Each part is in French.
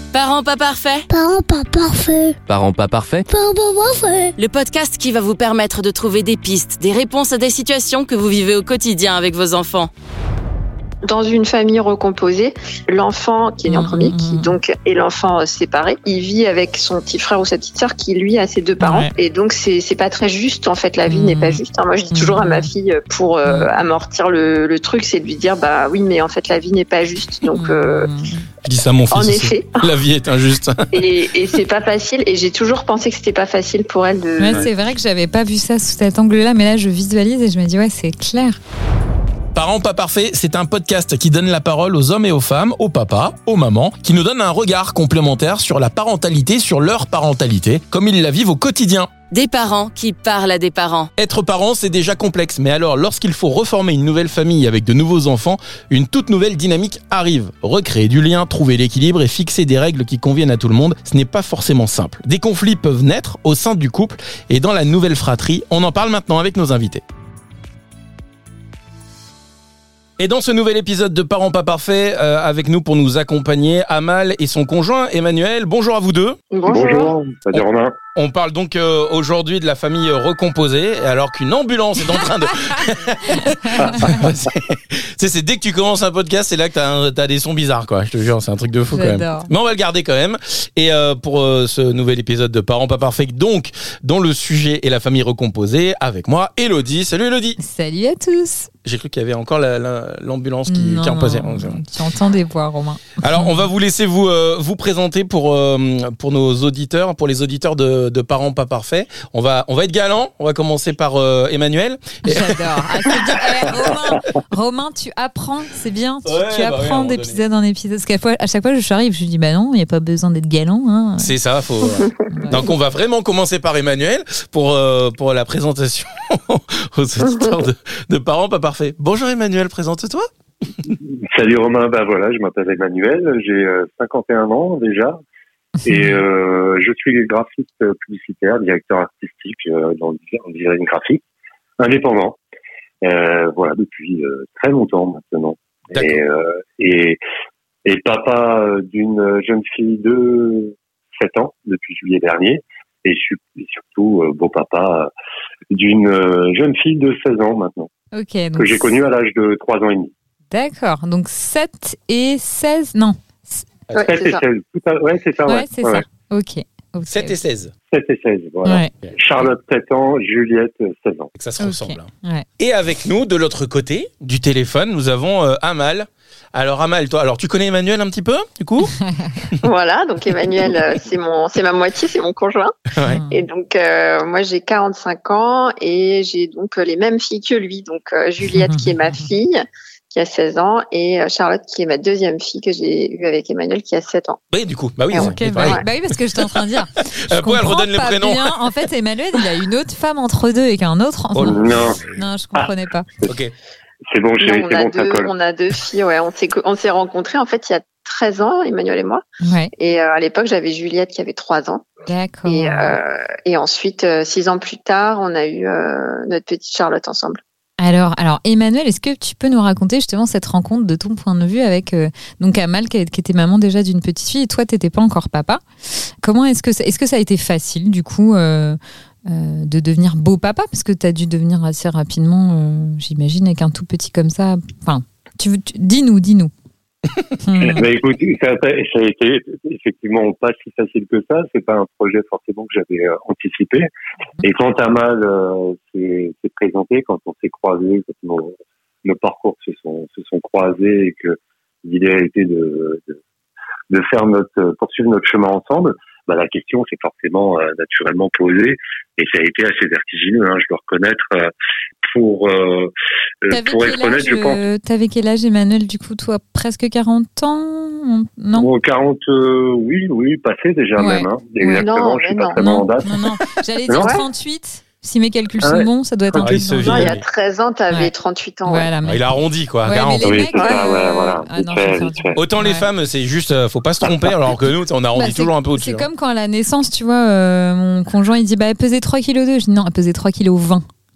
Parents pas parfaits. Parents pas parfaits. Parents pas parfaits. Parents pas parfaits. Le podcast qui va vous permettre de trouver des pistes, des réponses à des situations que vous vivez au quotidien avec vos enfants. Dans une famille recomposée, l'enfant qui est né en premier, qui donc est l'enfant séparé, il vit avec son petit frère ou sa petite sœur qui lui a ses deux parents. Ouais. Et donc c'est pas très juste en fait, la vie n'est pas juste. Moi je dis toujours à ma fille pour amortir le truc, c'est de lui dire bah oui mais en fait la vie n'est pas juste. Donc je dis ça à mon fils. En aussi. effet, la vie est injuste. et c'est pas facile. Et j'ai toujours pensé que c'était pas facile pour elle de. Ouais, c'est vrai que j'avais pas vu ça sous cet angle-là, mais là je visualise et je me dis ouais c'est clair. Parents pas parfaits, c'est un podcast qui donne la parole aux hommes et aux femmes, aux papas, aux mamans, qui nous donnent un regard complémentaire sur la parentalité, sur leur parentalité, comme ils la vivent au quotidien. Des parents qui parlent à des parents. Être parent, c'est déjà complexe, mais alors lorsqu'il faut reformer une nouvelle famille avec de nouveaux enfants, une toute nouvelle dynamique arrive. Recréer du lien, trouver l'équilibre et fixer des règles qui conviennent à tout le monde, ce n'est pas forcément simple. Des conflits peuvent naître au sein du couple et dans la nouvelle fratrie. On en parle maintenant avec nos invités. Et dans ce nouvel épisode de Parents pas parfaits, avec nous pour nous accompagner, Amal et son conjoint Emmanuel. Bonjour à vous deux. Bonjour. Salut Romain. On parle donc aujourd'hui de la famille recomposée, alors qu'une ambulance est en train de... c'est dès que tu commences un podcast, c'est là que t'as des sons bizarres, quoi. Je te jure, c'est un truc de fou. J'adore. Quand même. Mais on va le garder quand même. Et pour ce nouvel épisode de Parents pas parfaits, donc, dont le sujet est la famille recomposée, avec moi, Elodie. Salut Elodie. Salut à tous. J'ai cru qu'il y avait encore l'ambulance qui en passait. Tu entends des voix, Romain. Alors, on va vous laisser vous présenter pour nos auditeurs, pour les auditeurs de Parents pas parfaits. On va être galant. On va commencer par Emmanuel. J'adore. Ah, c'est bien. Romain, tu apprends, c'est bien. Tu apprends d'épisode en épisode. Parce qu'à chaque fois, je arrive, je dis bah non, il n'y a pas besoin d'être galant. Hein. C'est ça. Donc, on va vraiment commencer par Emmanuel pour la présentation aux auditeurs de Parents pas parfaits. Bonjour Emmanuel, présente-toi. Salut Romain, voilà, je m'appelle Emmanuel, j'ai 51 ans déjà et je suis graphiste publicitaire, directeur artistique dans le design graphique, indépendant. Voilà, depuis très longtemps maintenant. Et papa d'une jeune fille de 7 ans depuis juillet dernier et surtout beau-papa d'une jeune fille de 16 ans maintenant. Okay, donc que j'ai connue à l'âge de 3 ans et demi. D'accord, donc 7 et 16, non. 7 et 16, c'est ça. Ouais, c'est ça, ok. 7 et 16. 7 et 16, voilà. Ouais. Charlotte, 7 ans, Juliette, 16 ans. Ça se ressemble. Ouais. Et avec nous, de l'autre côté du téléphone, nous avons Amal. Alors Amal, toi, tu connais Emmanuel un petit peu, du coup? Voilà, donc Emmanuel, c'est ma moitié, c'est mon conjoint. Ouais. Et donc, moi, j'ai 45 ans et j'ai donc les mêmes filles que lui. Donc, Juliette, qui est ma fille, qui a 16 ans, et Charlotte, qui est ma deuxième fille que j'ai eue avec Emmanuel, qui a 7 ans. Oui, du coup, bah oui. Okay, bah oui, parce que j'étais en train de dire. Pourquoi elle redonne les prénoms bien. En fait, Emmanuel, il a une autre femme entre deux et qu'un autre. Oh, non, je comprenais pas. Ok. C'est bon, ça colle. On a deux filles, ouais. On s'est rencontrés, en fait, il y a 13 ans, Emmanuel et moi. Ouais. Et à l'époque, j'avais Juliette qui avait 3 ans. D'accord. Et ensuite, 6 ans plus tard, on a eu notre petite Charlotte ensemble. Alors, Emmanuel, est-ce que tu peux nous raconter justement cette rencontre de ton point de vue avec donc Amal qui était maman déjà d'une petite fille et toi t'étais pas encore papa. Comment est-ce que ça a été facile du coup de devenir beau papa parce que t'as dû devenir assez rapidement, j'imagine, avec un tout petit comme ça. Enfin, dis-nous. Bah écoute, ça a été effectivement pas si facile que ça. C'est pas un projet forcément que j'avais anticipé. Et quand Amal s'est présenté, quand on s'est croisés, quand nos parcours se sont croisés et que l'idée a été de faire poursuivre notre chemin ensemble, bah la question s'est forcément naturellement posée et ça a été assez vertigineux, je dois reconnaître. Pour être honnête, je pense. T'avais quel âge, Emmanuel, du coup, toi, presque 40 ans? Non? 40, oui, passé déjà même. Exactement, non, je suis pas très en date. Non, j'allais dire 38. Si mes calculs sont bons, ça doit être un peu. Non, il y a 13 ans, t'avais 38 ans. Voilà, mais... Il a arrondi, quoi, 40. Oui, mecs, voilà. Autant les femmes, c'est juste, faut pas se tromper, alors que nous, on arrondit toujours un peu au-dessus. C'est comme quand à la naissance, tu vois, mon conjoint, il dit, elle pesait 3,2 kg. Je dis, non, elle pesait 3,20 kg.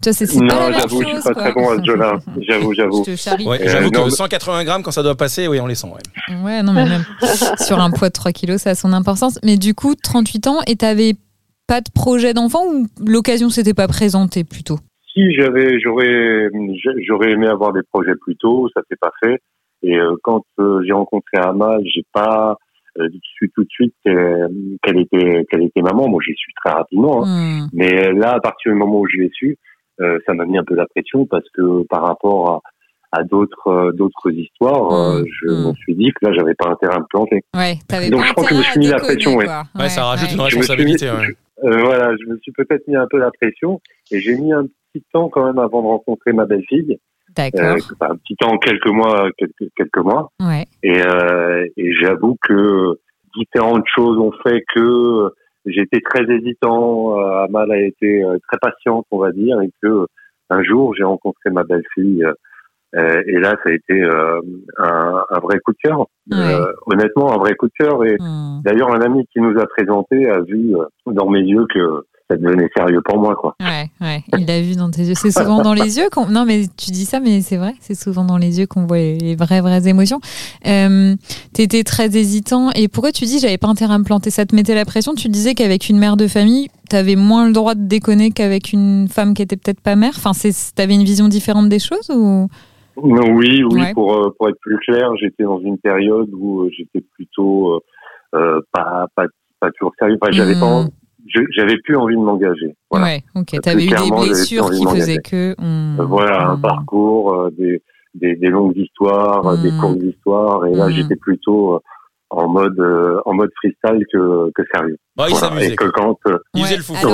c'est non, pas la même j'avoue, chose, je suis pas quoi. très bon à ce jeu-là. J'avoue. Je te charrie. Ouais, j'avoue que 180 grammes, quand ça doit passer, oui, on les sent. Ouais, Ouais, non, mais même sur un poids de 3 kilos, ça a son importance. Mais du coup, 38 ans, et t'avais pas de projet d'enfant ou l'occasion s'était pas présentée plutôt? Si j'aurais aimé avoir des projets plus tôt, ça s'est pas fait. Et quand j'ai rencontré Amal, j'ai pas su tout de suite qu'elle était maman. Moi, j'ai su très rapidement. Hein. Mais là, à partir du moment où je l'ai su, ça m'a mis un peu la pression parce que par rapport à d'autres histoires, je me suis dit que là, j'avais pas intérêt à me planter. Ouais, donc je crois que je me suis mis la pression. Ouais, ça rajoute une responsabilité. Voilà, je me suis peut-être mis un peu la pression et j'ai mis un petit temps quand même avant de rencontrer ma belle-fille. D'accord. Un petit temps, quelques mois. Ouais. Et j'avoue que différentes choses ont fait que j'étais très hésitant. Amal a été très patiente, on va dire, et que un jour j'ai rencontré ma belle-fille. Et là, ça a été un vrai coup de cœur. Honnêtement, un vrai coup de cœur. Et d'ailleurs, un ami qui nous a présenté a vu dans mes yeux que ça devenait sérieux pour moi, quoi. Ouais, il l'a vu dans tes yeux. C'est souvent dans les yeux qu'on... Non, mais tu dis ça, mais c'est vrai, c'est souvent dans les yeux qu'on voit les vraies émotions. T'étais très hésitant. Et pourquoi tu dis j'avais pas intérêt à me planter? Ça te mettait la pression? Tu disais qu'avec une mère de famille, t'avais moins le droit de déconner qu'avec une femme qui était peut-être pas mère. Enfin, t'avais une vision différente des choses ou... Oui, ouais. Pour être plus clair, j'étais dans une période où j'étais plutôt pas toujours sérieux. Enfin, j'avais plus envie de m'engager. Voilà. Ouais, ok. T'avais eu des blessures qui faisaient que. Voilà, un parcours, des longues histoires, des courtes histoires, et là j'étais plutôt en mode freestyle que sérieux. Bah, il s'amusait. Et que quand il faisait le fou.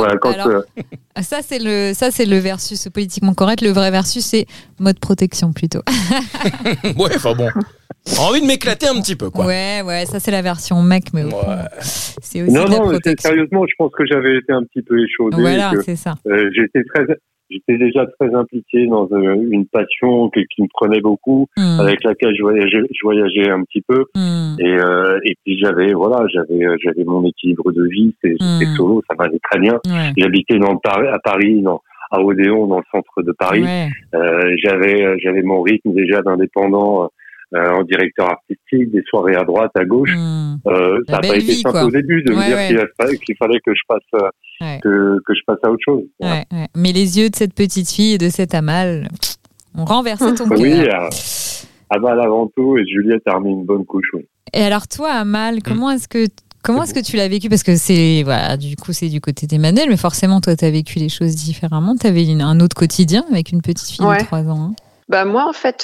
Ça c'est le versus politiquement correct. Le vrai versus, c'est mode protection plutôt. Ouais, enfin bon. Envie de m'éclater un petit peu, quoi. Ouais, ça c'est la version mec, mais c'est aussi non, de la protection. Sérieusement, je pense que j'avais été un petit peu échaudé. Voilà, c'est ça. J'étais déjà très impliqué dans une passion qui me prenait beaucoup, avec laquelle je voyageais un petit peu, et puis j'avais mon équilibre de vie, c'était solo, ça m'allait très bien. Ouais. J'habitais à Paris, à Odéon, dans le centre de Paris. Ouais. J'avais mon rythme déjà d'indépendant. En directeur artistique, des soirées à droite, à gauche. Ça n'a pas été simple au début de me dire qu'il fallait que je passe que je passe à autre chose. Ouais. Mais les yeux de cette petite fille et de cette Amal ont renversé ton cœur. Oui, Amal avant tout et Juliette a remis une bonne couche. Oui. Et alors toi, Amal, comment est-ce que tu l'as vécu? Parce que c'est du côté d'Emmanuel, mais forcément toi t'as vécu les choses différemment. T'avais un autre quotidien avec une petite fille de 3 ans. Hein. Bah moi en fait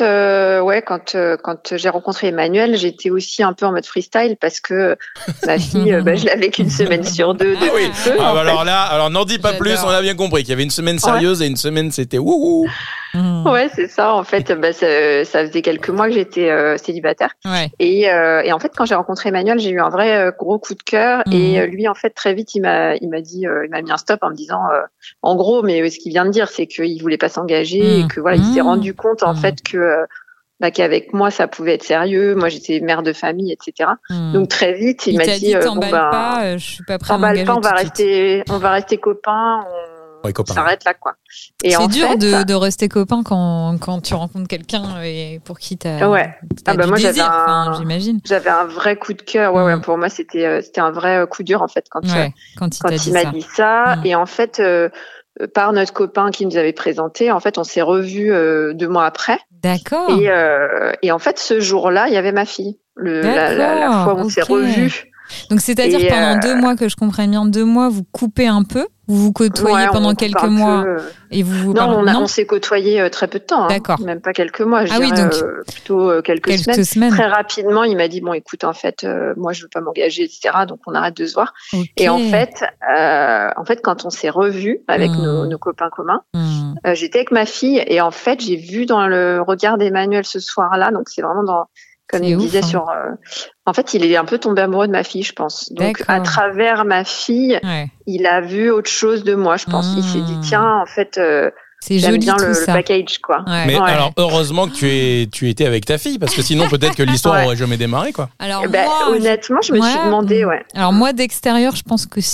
quand j'ai rencontré Emmanuel, j'étais aussi un peu en mode freestyle parce que ma fille je l'avais qu'une semaine sur 2 de peu. Alors n'en dis pas plus, on a bien compris qu'il y avait une semaine sérieuse et une semaine c'était wouhou. Ouais, c'est ça en fait, ça faisait quelques mois que j'étais célibataire. Ouais. Et en fait quand j'ai rencontré Emmanuel, j'ai eu un vrai gros coup de cœur et lui en fait très vite il m'a mis un stop en me disant en gros mais ce qu'il vient de dire c'est qu'il voulait pas s'engager et que voilà, il s'est rendu compte en fait qu'avec moi ça pouvait être sérieux, moi j'étais mère de famille, etc. Donc très vite il m'a dit je suis pas prêt à m'engager. On va rester copains, on s'arrête là quoi. Et c'est dur de rester copain quand tu rencontres quelqu'un et pour qui t'as du moi désir, j'imagine. J'avais un vrai coup de cœur, pour moi c'était un vrai coup dur en fait quand il m'a dit ça. Et en fait par notre copain qui nous avait présenté, en fait, on s'est revus 2 mois après. D'accord. Et en fait, ce jour-là, il y avait ma fille. La fois où on s'est revus. Donc, c'est-à-dire pendant 2 mois, que je comprenne bien, 2 mois, vous coupez un peu, vous vous côtoyez pendant quelques mois et vous on s'est côtoyés très peu de temps. D'accord. Même pas quelques mois. Donc plutôt quelques semaines. Très rapidement, il m'a dit bon, écoute, en fait, moi, je veux pas m'engager, etc. Donc, on arrête de se voir. Okay. Et en fait, quand on s'est revus avec nos copains communs, j'étais avec ma fille et en fait, j'ai vu dans le regard d'Emmanuel ce soir-là. Donc, c'est vraiment comme il disait en fait, il est un peu tombé amoureux de ma fille, je pense. Donc, à travers ma fille, il a vu autre chose de moi, je pense. Il s'est dit, tiens, en fait, c'est j'aime joli bien tout le ça. package, quoi. Ouais. Mais alors, heureusement que tu étais avec ta fille, parce que sinon, peut-être que l'histoire aurait jamais démarré, quoi. Alors, honnêtement, je me suis demandé, Alors, moi, d'extérieur, je pense que si.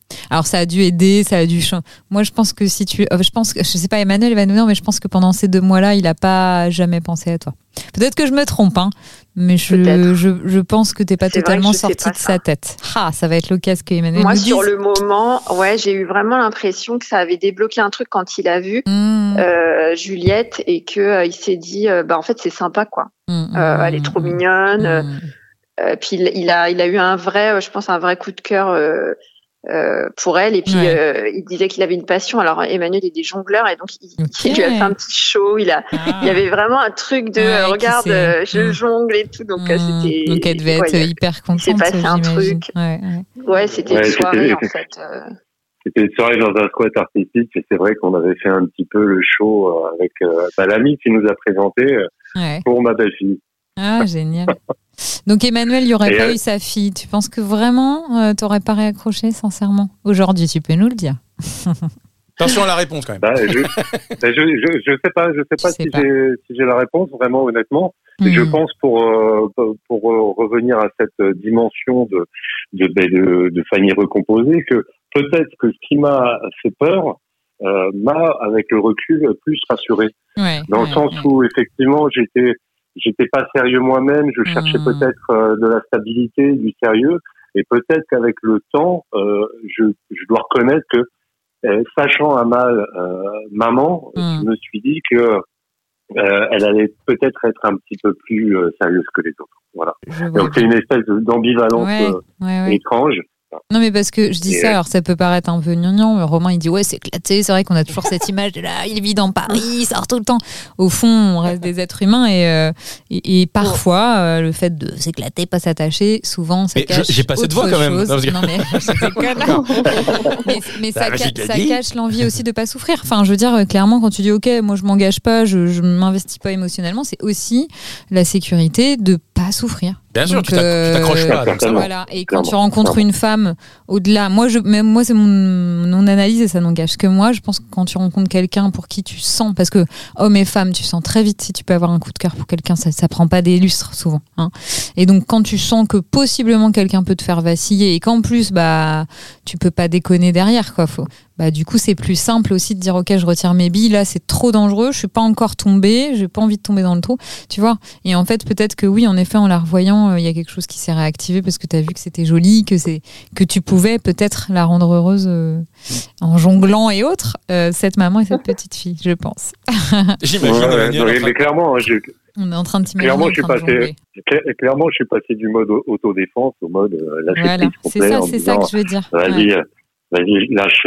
Alors ça a dû aider, moi je pense que je sais pas, Emmanuel va nous dire, mais je pense que pendant ces 2 mois-là, il a pas jamais pensé à toi. Peut-être que je me trompe, hein, mais je pense que t'es pas totalement sorti de sa tête. Ça va être l'occasion que Emmanuel moi nous dise. Sur le moment, j'ai eu vraiment l'impression que ça avait débloqué un truc quand il a vu Juliette et que il s'est dit, en fait c'est sympa quoi. Elle est trop mignonne. Puis il a eu un vrai coup de cœur pour elle, et puis il disait qu'il avait une passion. Alors Emmanuel est des jongleurs, et donc il lui a fait un petit show. Il y avait vraiment un truc de regarde, je jongle et tout. Donc c'était. Donc elle devait être hyper contente. Il s'est passé un truc. C'était une soirée en fait. C'était une soirée dans un squat artistique, et c'est vrai qu'on avait fait un petit peu le show avec l'ami qui nous a présenté pour ma belle-fille. Génial. Donc Emmanuel, il n'y aurait pas eu sa fille. Tu penses que vraiment, tu n'aurais pas réaccroché, sincèrement? Aujourd'hui, tu peux nous le dire. Attention à la réponse quand même. Je sais pas si j'ai la réponse, vraiment honnêtement. Mais je pense pour revenir à cette dimension de famille recomposée, que peut-être que ce qui m'a fait peur m'a, avec le recul, plus rassuré. Dans le sens où effectivement j'étais pas sérieux moi-même, je cherchais peut-être de la stabilité, du sérieux, et peut-être qu'avec le temps, je dois reconnaître que, sachant Amal maman, je me suis dit que elle allait peut-être être un petit peu plus sérieuse que les autres. Voilà. Donc c'est une espèce d'ambivalence étrange. Non, mais parce que je dis ça, alors ça peut paraître un peu gnangnan, mais Romain il dit c'est éclaté, c'est vrai qu'on a toujours cette image de là, il vit dans Paris, il sort tout le temps. Au fond, on reste des êtres humains, et parfois le fait de s'éclater, pas s'attacher, souvent ça cache. J'ai pas cette voix quand même. Non mais mais ça cache l'envie aussi de pas souffrir. Enfin, je veux dire, clairement, quand tu dis ok, moi je m'engage pas, je m'investis pas émotionnellement, c'est aussi la sécurité de pas souffrir. Bien sûr, tu t'accroches pas. Voilà. Et quand tu rencontres une femme au-delà, moi c'est mon analyse et ça n'engage que moi. Je pense que quand tu rencontres quelqu'un pour qui tu sens, parce que hommes et femmes, tu sens très vite si tu peux avoir un coup de cœur pour quelqu'un, ça prend pas des lustres souvent. Hein. Et donc quand tu sens que possiblement quelqu'un peut te faire vaciller et qu'en plus tu peux pas déconner derrière quoi. Du coup c'est plus simple aussi de dire ok, je retire mes billes, là c'est trop dangereux, je suis pas encore tombée, j'ai pas envie de tomber dans le trou, tu vois. Et en fait peut-être que oui, en effet, en la revoyant, il y a quelque chose qui s'est réactivé parce que tu as vu que c'était joli, que tu pouvais peut-être la rendre heureuse en jonglant et autres, cette maman et cette petite fille, je pense. J'imagine. Mais clairement, on est en train de t'imaginer. Clairement, je suis passé du mode autodéfense au mode lâcher prise complet. C'est ça que je veux dire. Vas-y, lâche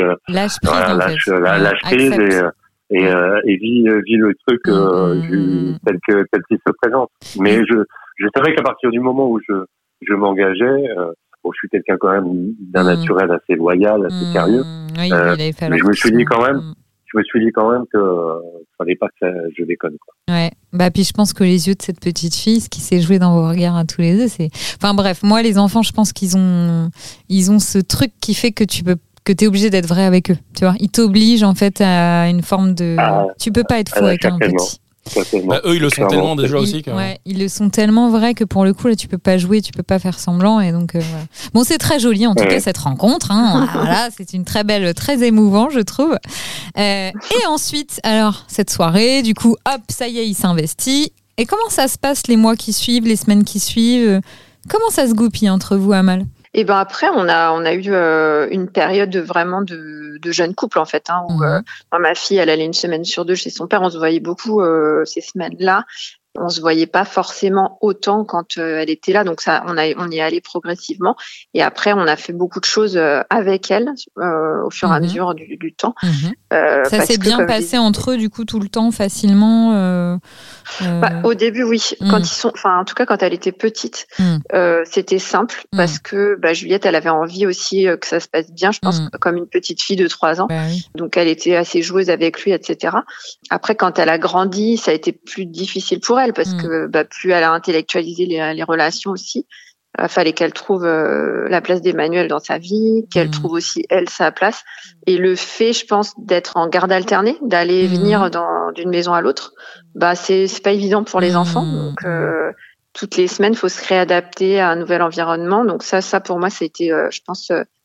prise et vis le truc tel qu'il se présente. Mais je savais qu'à partir du moment où je m'engageais, je suis quelqu'un quand même d'un naturel assez loyal, assez sérieux. Mais je me suis dit quand même que fallait pas que je déconne quoi. Ouais. Puis je pense que les yeux de cette petite fille, ce qui s'est joué dans vos regards à tous les deux, c'est. Enfin bref, moi les enfants, je pense qu'ils ont ce truc qui fait que t'es obligé d'être vrai avec eux, tu vois. Ils t'obligent en fait à une forme de. Tu peux pas être faux avec un petit. Eux, ils le sont tellement déjà aussi. Ils le sont tellement vrai que pour le coup là, tu peux pas jouer, tu peux pas faire semblant, et donc voilà. Bon, c'est très joli en tout cas cette rencontre. Hein. Voilà, c'est une très belle, très émouvant, je trouve. Et ensuite, alors cette soirée, du coup, hop, ça y est, il s'investit. Et comment ça se passe les mois qui suivent, les semaines qui suivent? Comment ça se goupille entre vous, Amal? Et après on a eu une période vraiment de jeune couple en fait, où ma fille elle allait 1 semaine sur 2 chez son père. On se voyait beaucoup ces semaines-là. On se voyait pas forcément autant quand elle était là, donc ça on y est allé progressivement, et après on a fait beaucoup de choses avec elle au fur et à mesure du temps. Ça s'est bien passé entre eux du coup tout le temps facilement. Au début oui, en tout cas quand elle était petite, c'était simple parce que Juliette elle avait envie aussi que ça se passe bien, je pense, comme une petite fille de 3 ans. Donc elle était assez joueuse avec lui, etc. Après quand elle a grandi, ça a été plus difficile pour elle parce que plus elle a intellectualisé les relations aussi. Fallait qu'elle trouve la place d'Emmanuel dans sa vie, qu'elle trouve aussi elle sa place. Et le fait, je pense, d'être en garde alternée, d'aller et venir d'une maison à l'autre, c'est pas évident pour les enfants. Donc toutes les semaines, faut se réadapter à un nouvel environnement. Donc ça pour moi, ça a été, je pense,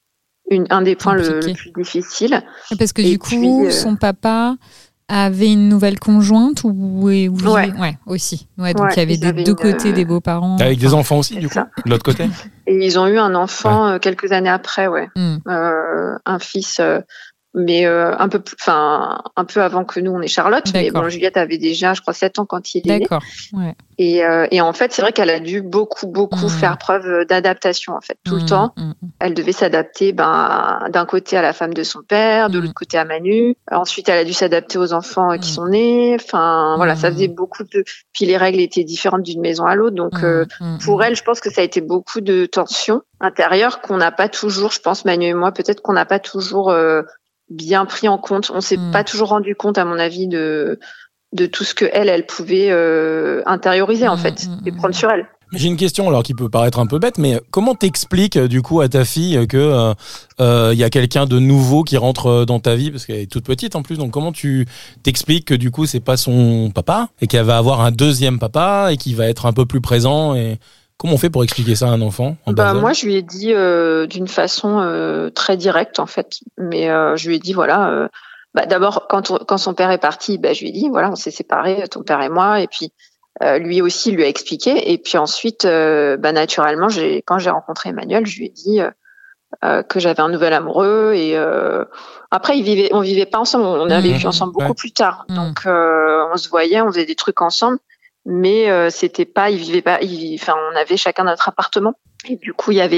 un des points le plus difficile. Parce que du coup, son papa avait une nouvelle conjointe ou aussi. Ouais, donc il y avait des deux côtés des beaux-parents. Avec des enfants aussi, du coup, de l'autre côté. Et ils ont eu un enfant quelques années après, un fils. Mais un peu avant que nous, on ait Charlotte. D'accord. Mais Juliette avait déjà, je crois, 7 ans quand il est né. D'accord. Ouais. Et en fait, c'est vrai qu'elle a dû beaucoup faire preuve d'adaptation, en fait, tout le temps. Elle devait s'adapter, d'un côté à la femme de son père, de l'autre côté à Manu. Ensuite, elle a dû s'adapter aux enfants qui sont nés. Enfin, voilà, ça faisait beaucoup de. Puis les règles étaient différentes d'une maison à l'autre. Donc, pour elle, je pense que ça a été beaucoup de tensions intérieures qu'on n'a pas toujours. Je pense, Manu et moi, peut-être qu'on n'a pas toujours bien pris en compte. On s'est pas toujours rendu compte, à mon avis, de tout ce que elle pouvait intérioriser en fait et prendre sur elle. J'ai une question alors qui peut paraître un peu bête, mais comment t'expliques du coup à ta fille que y a quelqu'un de nouveau qui rentre dans ta vie parce qu'elle est toute petite en plus, donc comment tu t'expliques que du coup c'est pas son papa et qu'elle va avoir un deuxième papa et qui va être un peu plus présent et comment on fait pour expliquer ça à un enfant en bas âge ? Moi, je lui ai dit d'une façon très directe, en fait. Mais je lui ai dit, voilà, d'abord, quand son père est parti, je lui ai dit, voilà, on s'est séparés, ton père et moi. Et puis, lui aussi, lui a expliqué. Et puis ensuite, naturellement, quand j'ai rencontré Emmanuel, je lui ai dit que j'avais un nouvel amoureux. Et après, on vivait pas ensemble. On a vécu ensemble beaucoup plus tard. Donc, on se voyait, on faisait des trucs ensemble. Mais c'était pas, ils vivaient pas, on avait chacun notre appartement. Et du coup, il y a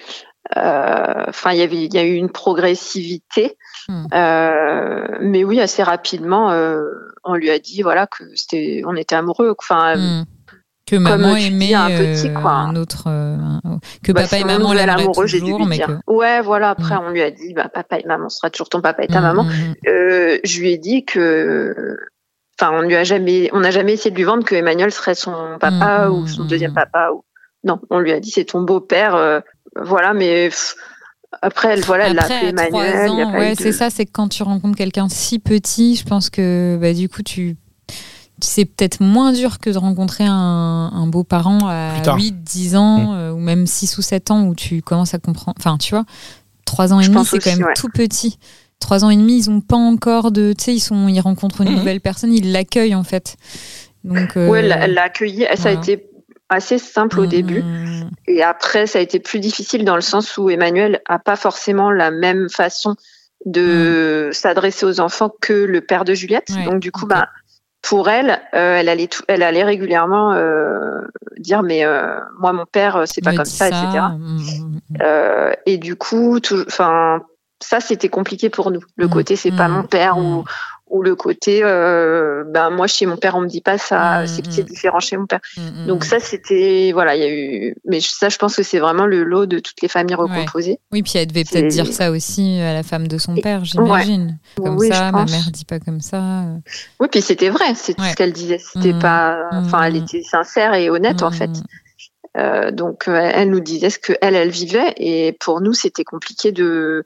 eu une progressivité. Mais oui, assez rapidement, on lui a dit, voilà, on était amoureux. Que maman aimait un petit, quoi. Un autre, que papa et maman l'aimaient amoureux, toujours, j'ai dû lui dire. Ouais, voilà. Après, on lui a dit, papa et maman sera toujours ton papa et ta maman. Je lui ai dit que. On n'a jamais essayé de lui vendre que Emmanuel serait son papa ou son deuxième papa. Non, on lui a dit c'est ton beau-père. Voilà, mais après, elle l'a appelé Emmanuel. C'est ça, c'est que quand tu rencontres quelqu'un si petit, je pense que du coup, c'est peut-être moins dur que de rencontrer un beau-parent à 8, 10 ans ou même 6 ou 7 ans où tu commences à comprendre. Enfin, tu vois, 3 ans et demi, c'est quand même tout petit. 3 ans et demi, ils ont pas encore ils rencontrent une nouvelle personne, ils l'accueillent en fait. Donc, elle l'a accueilli. Ça a été assez simple au début. Et après, ça a été plus difficile dans le sens où Emmanuel a pas forcément la même façon de s'adresser aux enfants que le père de Juliette. Ouais. Donc du coup, pour elle, elle allait régulièrement dire mais moi mon père c'est pas comme ça, etc. Et du coup, ça c'était compliqué pour nous. Le côté c'est pas mon père ou le côté moi chez mon père on me dit pas ça, c'est différent chez mon père. Donc ça c'était il y a eu, mais ça je pense que c'est vraiment le lot de toutes les familles recomposées. Oui, puis elle devait peut-être dire ça aussi à la femme de son père, j'imagine. Comme ça, ma mère dit pas comme ça. Oui, puis c'était vrai, c'est tout ce qu'elle disait, c'était pas elle était sincère et honnête en fait. Donc elle nous disait ce que elle vivait et pour nous c'était compliqué de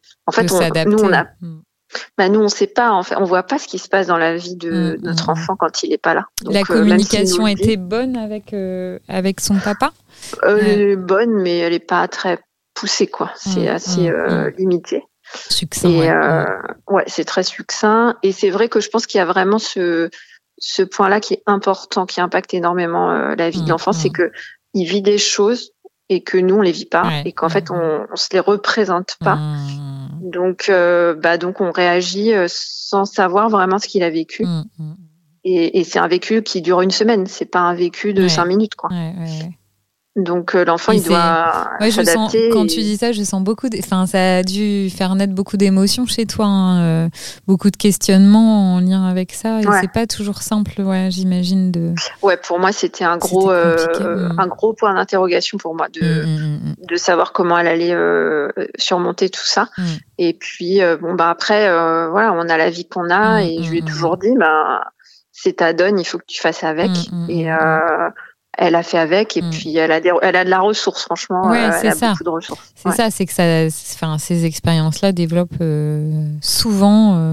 nous on sait pas en fait, on voit pas ce qui se passe dans la vie de notre enfant quand il est pas là. Donc, la communication était bonne avec son papa. Elle est bonne mais elle est pas très poussée quoi. C'est assez limité. Succinct. C'est très succinct et c'est vrai que je pense qu'il y a vraiment ce point-là qui est important, qui impacte énormément la vie de l'enfant, c'est que il vit des choses et que nous on les vit pas et qu'en fait on se les représente pas. Donc on réagit sans savoir vraiment ce qu'il a vécu. Et c'est un vécu qui dure une semaine, c'est pas un vécu de 5 minutes quoi. Donc l'enfant il doit s'adapter. Quand tu dis ça, je sens beaucoup ça a dû faire naître beaucoup d'émotions chez toi, beaucoup de questionnements en lien avec ça et c'est pas toujours simple j'imagine pour moi c'était un gros point d'interrogation pour moi de savoir comment elle allait surmonter tout ça. Et puis après on a la vie qu'on a et je lui ai toujours dit c'est ta donne, il faut que tu fasses avec et elle a fait avec et puis elle a de la ressource franchement. Elle a beaucoup de ressources. C'est ça, c'est que ces expériences-là développent souvent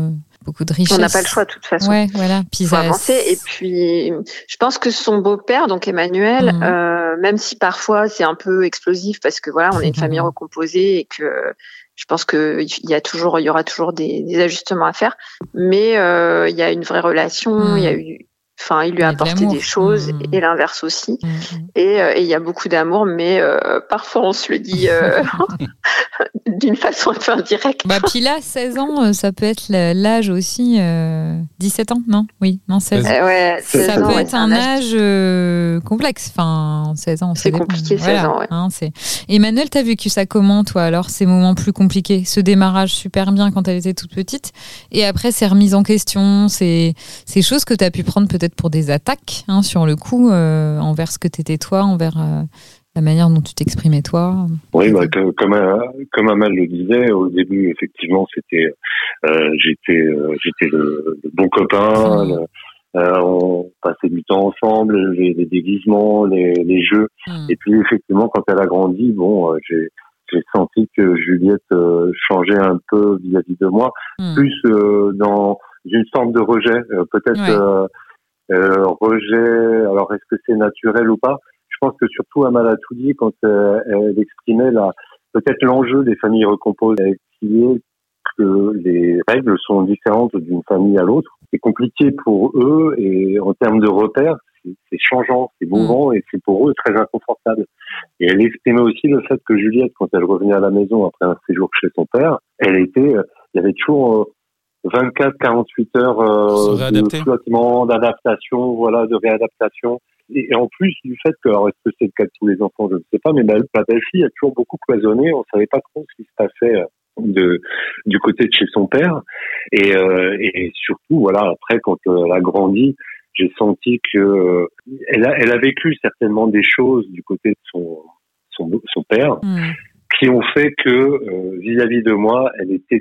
beaucoup de richesse. On n'a pas le choix de toute façon. Ouais, voilà. Puis faut avancer. Et puis, je pense que son beau-père, donc Emmanuel, même si parfois c'est un peu explosif parce que voilà, on est une famille recomposée et que je pense que il y aura toujours des ajustements à faire, mais il y a une vraie relation. Il lui a apporté des choses et l'inverse aussi. Et il y a beaucoup d'amour, mais parfois on se le dit d'une façon un peu indirecte. Puis là, 16 ans, ça peut être l'âge aussi. 17 ans, non ? Oui, non, 16 ans. Ça peut être un âge complexe. Enfin, 16 ans, c'est compliqué, 16 ans. Ouais. Emmanuel, t'as vécu ça comment, toi, alors, ces moments plus compliqués ? Ce démarrage super bien quand elle était toute petite, et après, ces remises en question, ces choses que t'as pu prendre peut-être pour des attaques, sur le coup, envers ce que t'étais toi, envers la manière dont tu t'exprimais toi. Oui, comme Amal le disait, au début, effectivement, j'étais le bon copain. On passait du temps ensemble, les déguisements, les jeux. Et puis, effectivement, quand elle a grandi, j'ai senti que Juliette changeait un peu vis-à-vis de moi, plus dans une sorte de rejet, peut-être. Rejet, alors est-ce que c'est naturel ou pas ? Je pense que surtout Amal a tout dit quand elle exprimait peut-être l'enjeu des familles recomposées, qui est que les règles sont différentes d'une famille à l'autre. C'est compliqué pour eux et en termes de repères, c'est changeant, c'est mouvant et c'est pour eux très inconfortable. Et elle exprimait aussi le fait que Juliette, quand elle revenait à la maison après un séjour chez son père, il y avait toujours 24-48 heures de flottement, d'adaptation, de réadaptation. Et en plus du fait que, alors est-ce que c'est le cas de tous les enfants, je ne sais pas, mais ma belle-fille a toujours beaucoup cloisonné, on ne savait pas trop ce qui se passait du côté de chez son père. Et surtout, après, quand elle a grandi, j'ai senti que elle a vécu certainement des choses du côté de son père qui ont fait que vis-à-vis de moi, elle était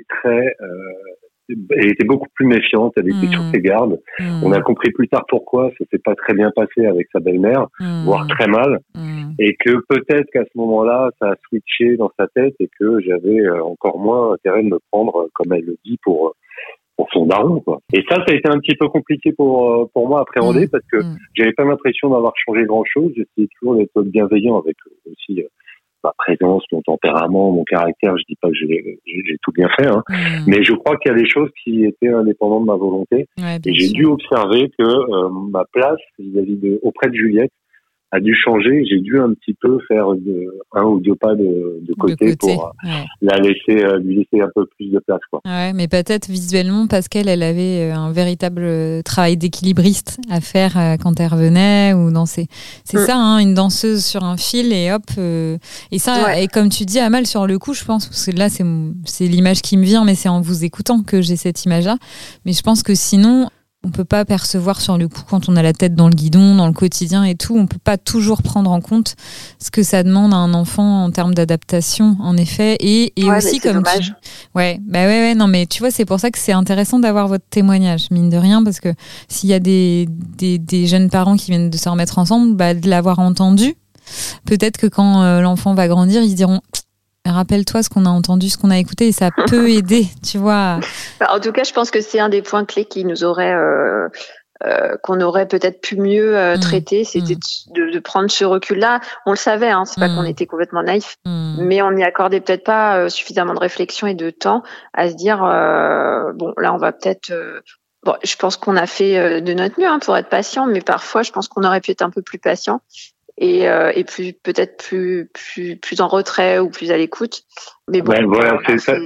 beaucoup plus méfiante, elle était sur ses gardes. On a compris plus tard pourquoi ça s'est pas très bien passé avec sa belle-mère, voire très mal, et que peut-être qu'à ce moment-là, ça a switché dans sa tête et que j'avais encore moins intérêt de me prendre, comme elle le dit, pour son daron, quoi. Et ça a été un petit peu compliqué pour moi à appréhender parce que j'avais pas l'impression d'avoir changé grand-chose. J'essayais toujours d'être bienveillant avec aussi ma présence, mon tempérament, mon caractère. Je dis pas que j'ai tout bien fait, mais je crois qu'il y a des choses qui étaient indépendantes de ma volonté. Et j'ai dû observer que ma place auprès de Juliette a dû changer. J'ai dû un petit peu faire un ou deux pas de côté pour lui laisser un peu plus de place, quoi. Ouais, mais peut-être visuellement parce qu'elle avait un véritable travail d'équilibriste à faire quand elle revenait ou danser. C'est ça, une danseuse sur un fil et hop. Et ça, et comme tu dis, Amal, sur le coup, je pense, parce que là, c'est l'image qui me vient, mais c'est en vous écoutant que j'ai cette image-là. Mais je pense que sinon, on peut pas percevoir sur le coup quand on a la tête dans le guidon, dans le quotidien et tout. On peut pas toujours prendre en compte ce que ça demande à un enfant en termes d'adaptation, en effet. Et aussi comme dommage. Non, mais tu vois, c'est pour ça que c'est intéressant d'avoir votre témoignage, mine de rien, parce que s'il y a des jeunes parents qui viennent de se remettre ensemble, de l'avoir entendu, peut-être que quand l'enfant va grandir, ils se diront: rappelle-toi ce qu'on a entendu, ce qu'on a écouté, et ça peut aider, tu vois. En tout cas, je pense que c'est un des points clés qui nous aurait, qu'on aurait peut-être pu mieux traiter, c'était de prendre ce recul-là. On le savait, c'est pas qu'on était complètement naïf, mais on n'y accordait peut-être pas suffisamment de réflexion et de temps à se dire, là, on va peut-être. Je pense qu'on a fait de notre mieux pour être patient, mais parfois, je pense qu'on aurait pu être un peu plus patient. Et peut-être plus en retrait ou plus à l'écoute. Mais bon, c'est ça.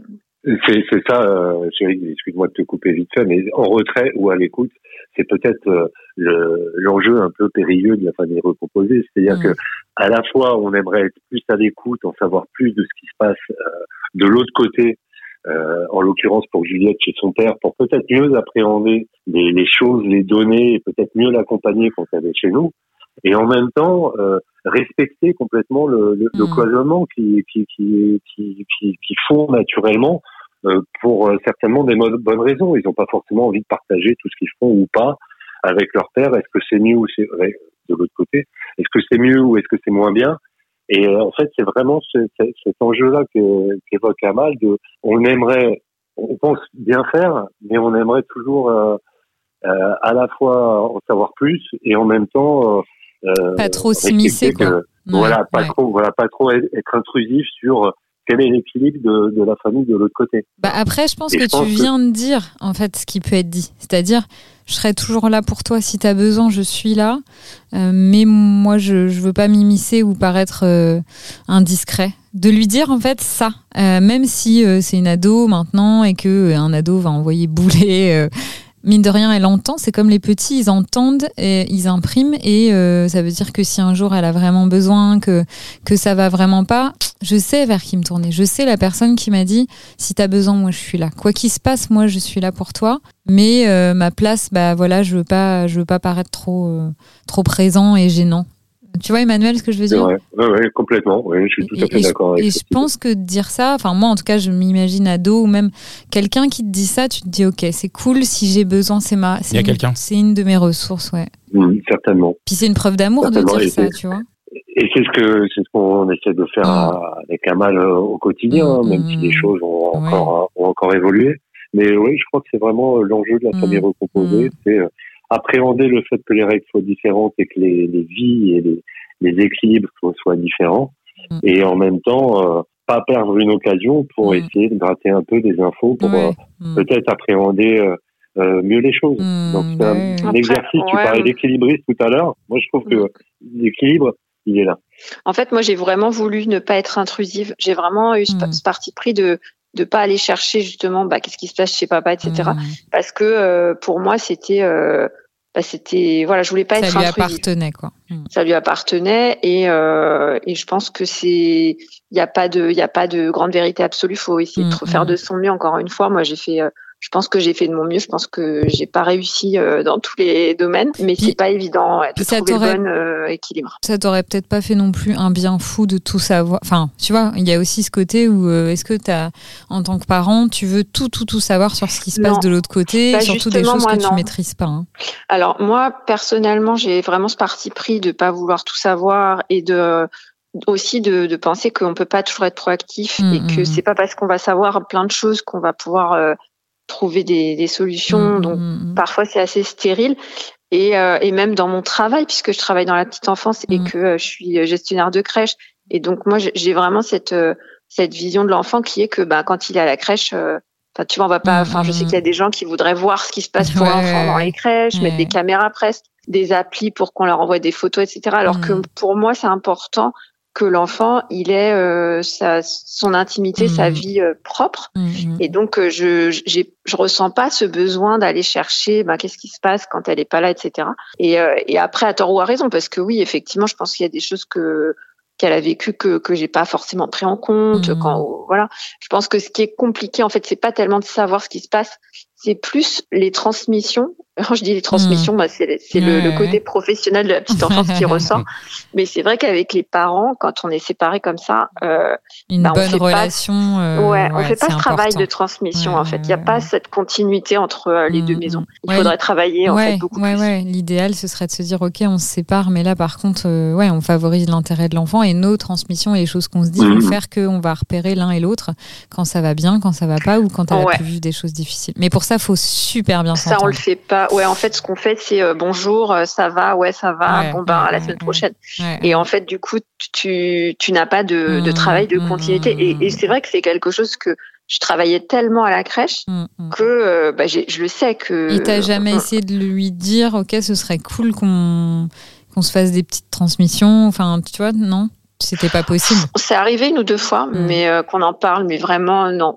C'est ça, chérie, excuse-moi de te couper vite fait, mais en retrait ou à l'écoute, c'est peut-être l'enjeu un peu périlleux de la famille recomposée. C'est-à-dire que à la fois, on aimerait être plus à l'écoute, en savoir plus de ce qui se passe de l'autre côté, en l'occurrence pour Juliette chez son père, pour peut-être mieux appréhender les choses, les données, et peut-être mieux l'accompagner quand elle est chez nous. Et en même temps respecter complètement le cloisonnement qui font naturellement pour certainement des bonnes raisons. Ils n'ont pas forcément envie de partager tout ce qu'ils font ou pas avec leur père. Est-ce que c'est mieux ou c'est de l'autre côté? Est-ce que c'est mieux ou est-ce que c'est moins bien? Et en fait, c'est vraiment cet enjeu-là qu'évoque Amal. On on pense bien faire, mais on aimerait toujours à la fois en savoir plus et en même temps pas trop s'immiscer, quoi. Pas trop être intrusif sur quel est l'équilibre de la famille de l'autre côté. Après, je pense que tu viens de dire en fait ce qui peut être dit, c'est-à-dire je serai toujours là pour toi si tu as besoin, je suis là, mais moi je veux pas m'immiscer ou paraître indiscret. De lui dire en fait ça, même si c'est une ado maintenant et que un ado va envoyer bouler. Mine de rien, elle entend, c'est comme les petits, ils entendent, et ils impriment, et ça veut dire que si un jour elle a vraiment besoin, que ça va vraiment pas, je sais vers qui me tourner. Je sais la personne qui m'a dit, si t'as besoin, moi je suis là. Quoi qu'il se passe, moi je suis là pour toi, mais ma place, je veux pas paraître trop présent et gênant. Tu vois, Emmanuel, ce que je veux dire ? Oui, complètement. Oui, je suis tout à fait d'accord avec ça. Et je pense que dire ça, enfin moi en tout cas, je m'imagine ado ou même quelqu'un qui te dit ça, tu te dis ok, c'est cool, si j'ai besoin, c'est une de mes ressources, ouais. Certainement. Puis c'est une preuve d'amour de dire ça, tu vois. Et c'est ce qu'on essaie de faire avec Amal au quotidien, même si les choses ont encore évolué. Mais oui, je crois que c'est vraiment l'enjeu de la famille recomposée, c'est appréhender le fait que les règles soient différentes et que les vies et les équilibres soient différents, et en même temps pas perdre une occasion pour essayer de gratter un peu des infos pour peut-être appréhender mieux les choses. Donc c'est un exercice. Tu parlais d'équilibriste tout à l'heure. Moi je trouve que l'équilibre il est là. En fait, moi j'ai vraiment voulu ne pas être intrusive. J'ai vraiment eu ce parti pris de pas aller chercher justement qu'est-ce qui se passe chez papa, etc. Parce que pour moi c'était je voulais pas être intrusive. Ça lui appartenait, quoi. Ça lui appartenait, et je pense que il y a pas de grande vérité absolue. Faut essayer de faire de son mieux. Encore une fois, moi je pense que j'ai fait de mon mieux. Je pense que j'ai pas réussi dans tous les domaines, mais c'est pas évident de trouver le bon équilibre. Ça t'aurait peut-être pas fait non plus un bien fou de tout savoir. Enfin, tu vois, il y a aussi ce côté où est-ce que en tant que parent, tu veux tout savoir sur ce qui se passe de l'autre côté, surtout des choses que tu maîtrises pas. Hein. Alors moi, personnellement, j'ai vraiment ce parti pris de pas vouloir tout savoir et aussi de penser qu'on peut pas toujours être proactif et que c'est pas parce qu'on va savoir plein de choses qu'on va pouvoir trouver des solutions. Donc parfois c'est assez stérile, et même dans mon travail, puisque je travaille dans la petite enfance et que je suis gestionnaire de crèche, et donc moi j'ai vraiment cette vision de l'enfant qui est que quand il est à la crèche, tu vois, on va pas, je sais qu'il y a des gens qui voudraient voir ce qui se passe pour l'enfant dans les crèches, mettre des caméras presque, des applis pour qu'on leur envoie des photos, etc. Alors que pour moi c'est important que l'enfant il ait son intimité, sa vie propre, et donc je ressens pas ce besoin d'aller chercher qu'est-ce qui se passe quand elle est pas là, etc. Et après, à tort ou à raison, parce que oui, effectivement, je pense qu'il y a des choses qu'elle a vécues que j'ai pas forcément pris en compte. Je pense que ce qui est compliqué en fait, c'est pas tellement de savoir ce qui se passe, c'est plus les transmissions. Quand je dis les transmissions, c'est le côté professionnel de la petite enfance qui ressort. Mais c'est vrai qu'avec les parents, quand on est séparés comme ça, une bonne relation. On fait pas ce travail de transmission. En fait, il y a pas cette continuité entre les deux maisons. Il faudrait travailler en fait beaucoup plus. L'idéal, ce serait de se dire, ok, on se sépare, mais là, par contre, on favorise l'intérêt de l'enfant, et nos transmissions et les choses qu'on se dit vont faire qu'on va repérer l'un et l'autre quand ça va bien, quand ça va pas, ou quand elle a pu vivre des choses difficiles. Mais pour ça, faut super bien s'entendre. Ça, on le fait pas. Ouais, en fait, ce qu'on fait, c'est bonjour, ça va, ça va, à la semaine prochaine. Et en fait, du coup, tu n'as pas de travail de continuité. Et c'est vrai que c'est quelque chose que je travaillais tellement à la crèche que je le sais que. Et t'as jamais essayé de lui dire, ok, ce serait cool qu'on se fasse des petites transmissions, enfin, tu vois, non? C'était pas possible. C'est arrivé 1 ou 2 fois, mais qu'on en parle, mais vraiment non.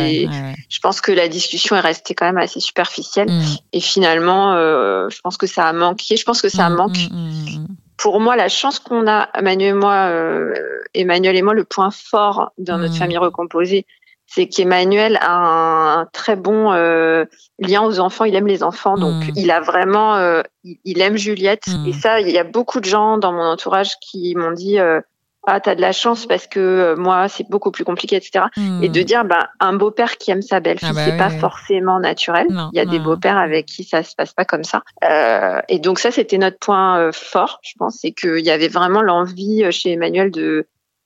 Je pense que la discussion est restée quand même assez superficielle, et finalement, je pense que ça a manqué. Je pense que ça manque. Pour moi, la chance qu'on a, Emmanuel et moi, le point fort dans notre famille recomposée, c'est qu'Emmanuel a un très bon lien aux enfants. Il aime les enfants, donc il a vraiment, il aime Juliette. Et ça, il y a beaucoup de gens dans mon entourage qui m'ont dit. T'as de la chance parce que moi c'est beaucoup plus compliqué, etc. Et de dire un beau-père qui aime sa belle-fille, c'est pas forcément naturel. Il y a des beaux-pères avec qui ça se passe pas comme ça. Et donc ça, c'était notre point fort, je pense, c'est qu'il y avait vraiment l'envie chez Emmanuel de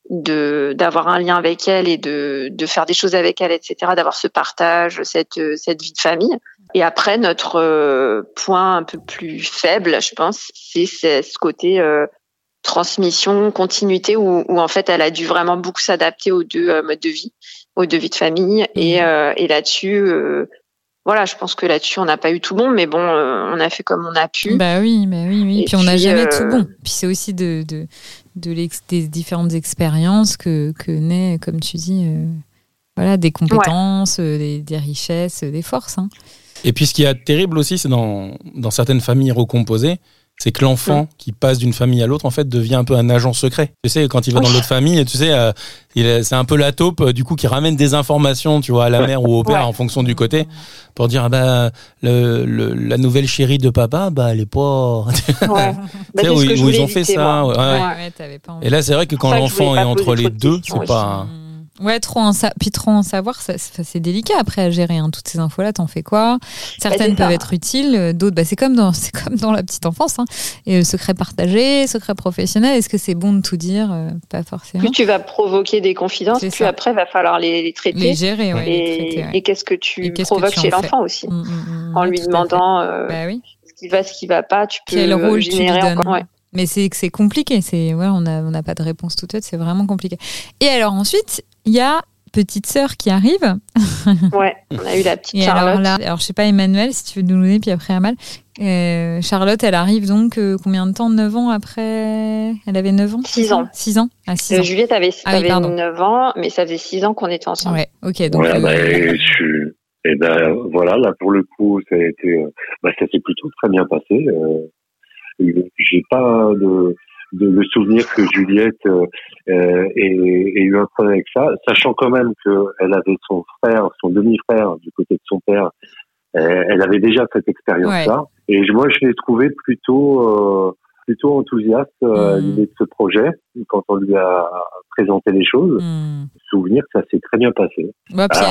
d'avoir un lien avec elle et de faire des choses avec elle, etc., d'avoir ce partage, cette vie de famille. Et après, notre point un peu plus faible, je pense, c'est ce côté transmission, continuité, où en fait, elle a dû vraiment beaucoup s'adapter aux deux modes de vie, aux deux vies de famille. Et là-dessus, voilà, je pense que là-dessus, on n'a pas eu tout bon, mais bon, on a fait comme on a pu. Bah oui. Et puis on n'a jamais tout bon. Puis c'est aussi des différentes expériences que naît, comme tu dis, voilà, des compétences, des richesses, des forces. Hein. Et puis ce qui est terrible aussi, c'est dans certaines familles recomposées, c'est que l'enfant qui passe d'une famille à l'autre, en fait, devient un peu un agent secret. Tu sais, quand il va dans l'autre famille, tu sais, c'est un peu la taupe, du coup, qui ramène des informations, tu vois, à la mère ou au père, en fonction du côté, pour dire, la nouvelle chérie de papa, elle est pas... Tu sais, où ils ont fait ça. T'avais pas envie. Et là, c'est vrai que quand l'enfant est entre les deux, c'est pas... Ouais, trop en savoir, c'est délicat après à gérer. Hein. Toutes ces infos-là, t'en fais quoi ? Certaines peuvent être utiles, d'autres, c'est comme dans la petite enfance. Hein. Et le secret partagé, secret professionnel, est-ce que c'est bon de tout dire ? Pas forcément. Plus tu vas provoquer des confidences, plus après va falloir les traiter. Les gérer, et qu'est-ce que tu provoques chez l'enfant aussi, en lui demandant ce qui va pas, tu peux quel rôle générer tu lui encore. Mais c'est compliqué, on n'a pas de réponse toute faite, c'est vraiment compliqué. Et alors ensuite, il y a petite sœur qui arrive. Ouais, on a eu la petite Charlotte. Alors je sais pas, Emmanuel, si tu veux nous donner, puis après Amal. Charlotte, elle arrive donc combien de temps ? 9 ans après ? Elle avait 9 ans ? 6 ans. 6 ans ? Ah, 6 ans. Juliette avait 9 ans, mais ça faisait 6 ans qu'on était ensemble. Ouais, ok. Donc, voilà, là pour le coup, ça a été, ça s'est plutôt très bien passé. J'ai pas de souvenir que Juliette ait eu un problème avec ça, sachant quand même qu'elle avait son demi-frère du côté de son père. Elle avait déjà cette expérience-là, et moi je l'ai trouvé plutôt enthousiaste à l'idée de ce projet quand on lui a présenté les choses. Souvenir que ça s'est très bien passé. Ouais, puis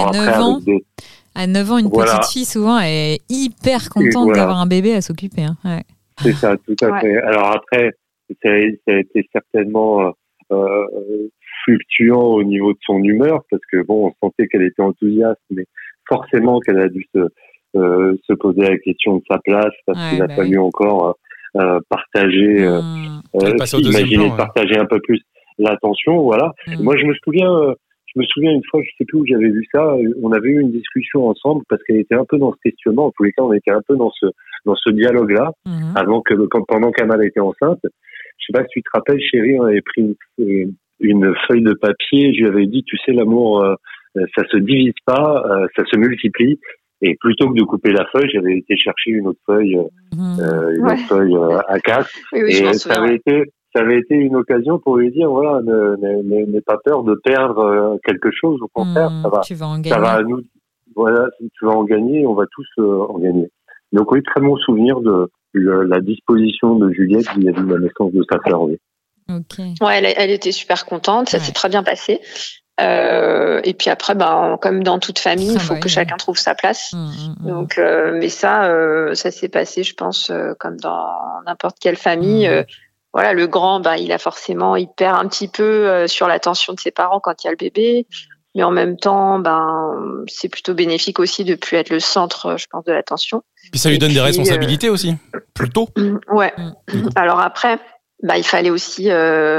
à 9 ans, une petite fille souvent elle est hyper contente d'avoir un bébé à s'occuper. Hein. Ouais. C'est ça, tout à fait. Alors après, ça a été certainement fluctuant au niveau de son humeur, parce que on sentait qu'elle était enthousiaste, mais forcément qu'elle a dû se poser la question de sa place, parce qu'il a fallu encore partager, partager un peu plus l'attention, voilà. Moi, je me souviens une fois, je sais plus où j'avais vu ça, on avait eu une discussion ensemble parce qu'elle était un peu dans ce questionnement. En tous les cas, on était un peu dans ce dialogue-là, pendant qu'Amal était enceinte. Je sais pas si tu te rappelles, chérie, on avait pris une feuille de papier. Je lui avais dit, tu sais, l'amour, ça se divise pas, ça se multiplie. Et plutôt que de couper la feuille, j'avais été chercher une autre feuille, autre feuille A4. Et ça avait été une occasion pour lui dire, voilà, n'aie pas peur de perdre quelque chose. Au contraire, tu vas en gagner. Ça va nous, voilà, tu vas en gagner, on va tous en gagner. Donc oui, très bon souvenir de la disposition de Juliette vis-à-vis de la naissance de sa sœur. Oui. Okay. Ouais, elle était super contente, ça s'est très bien passé. Et puis après, comme dans toute famille, il faut que chacun trouve sa place. Donc, mais ça s'est passé, je pense, comme dans n'importe quelle famille. Voilà, le grand, il perd un petit peu sur l'attention de ses parents quand il y a le bébé. Mais en même temps, c'est plutôt bénéfique aussi de plus être le centre, je pense, de l'attention. Puis ça lui donne des responsabilités aussi, plus tôt. Ouais. Alors après, il fallait aussi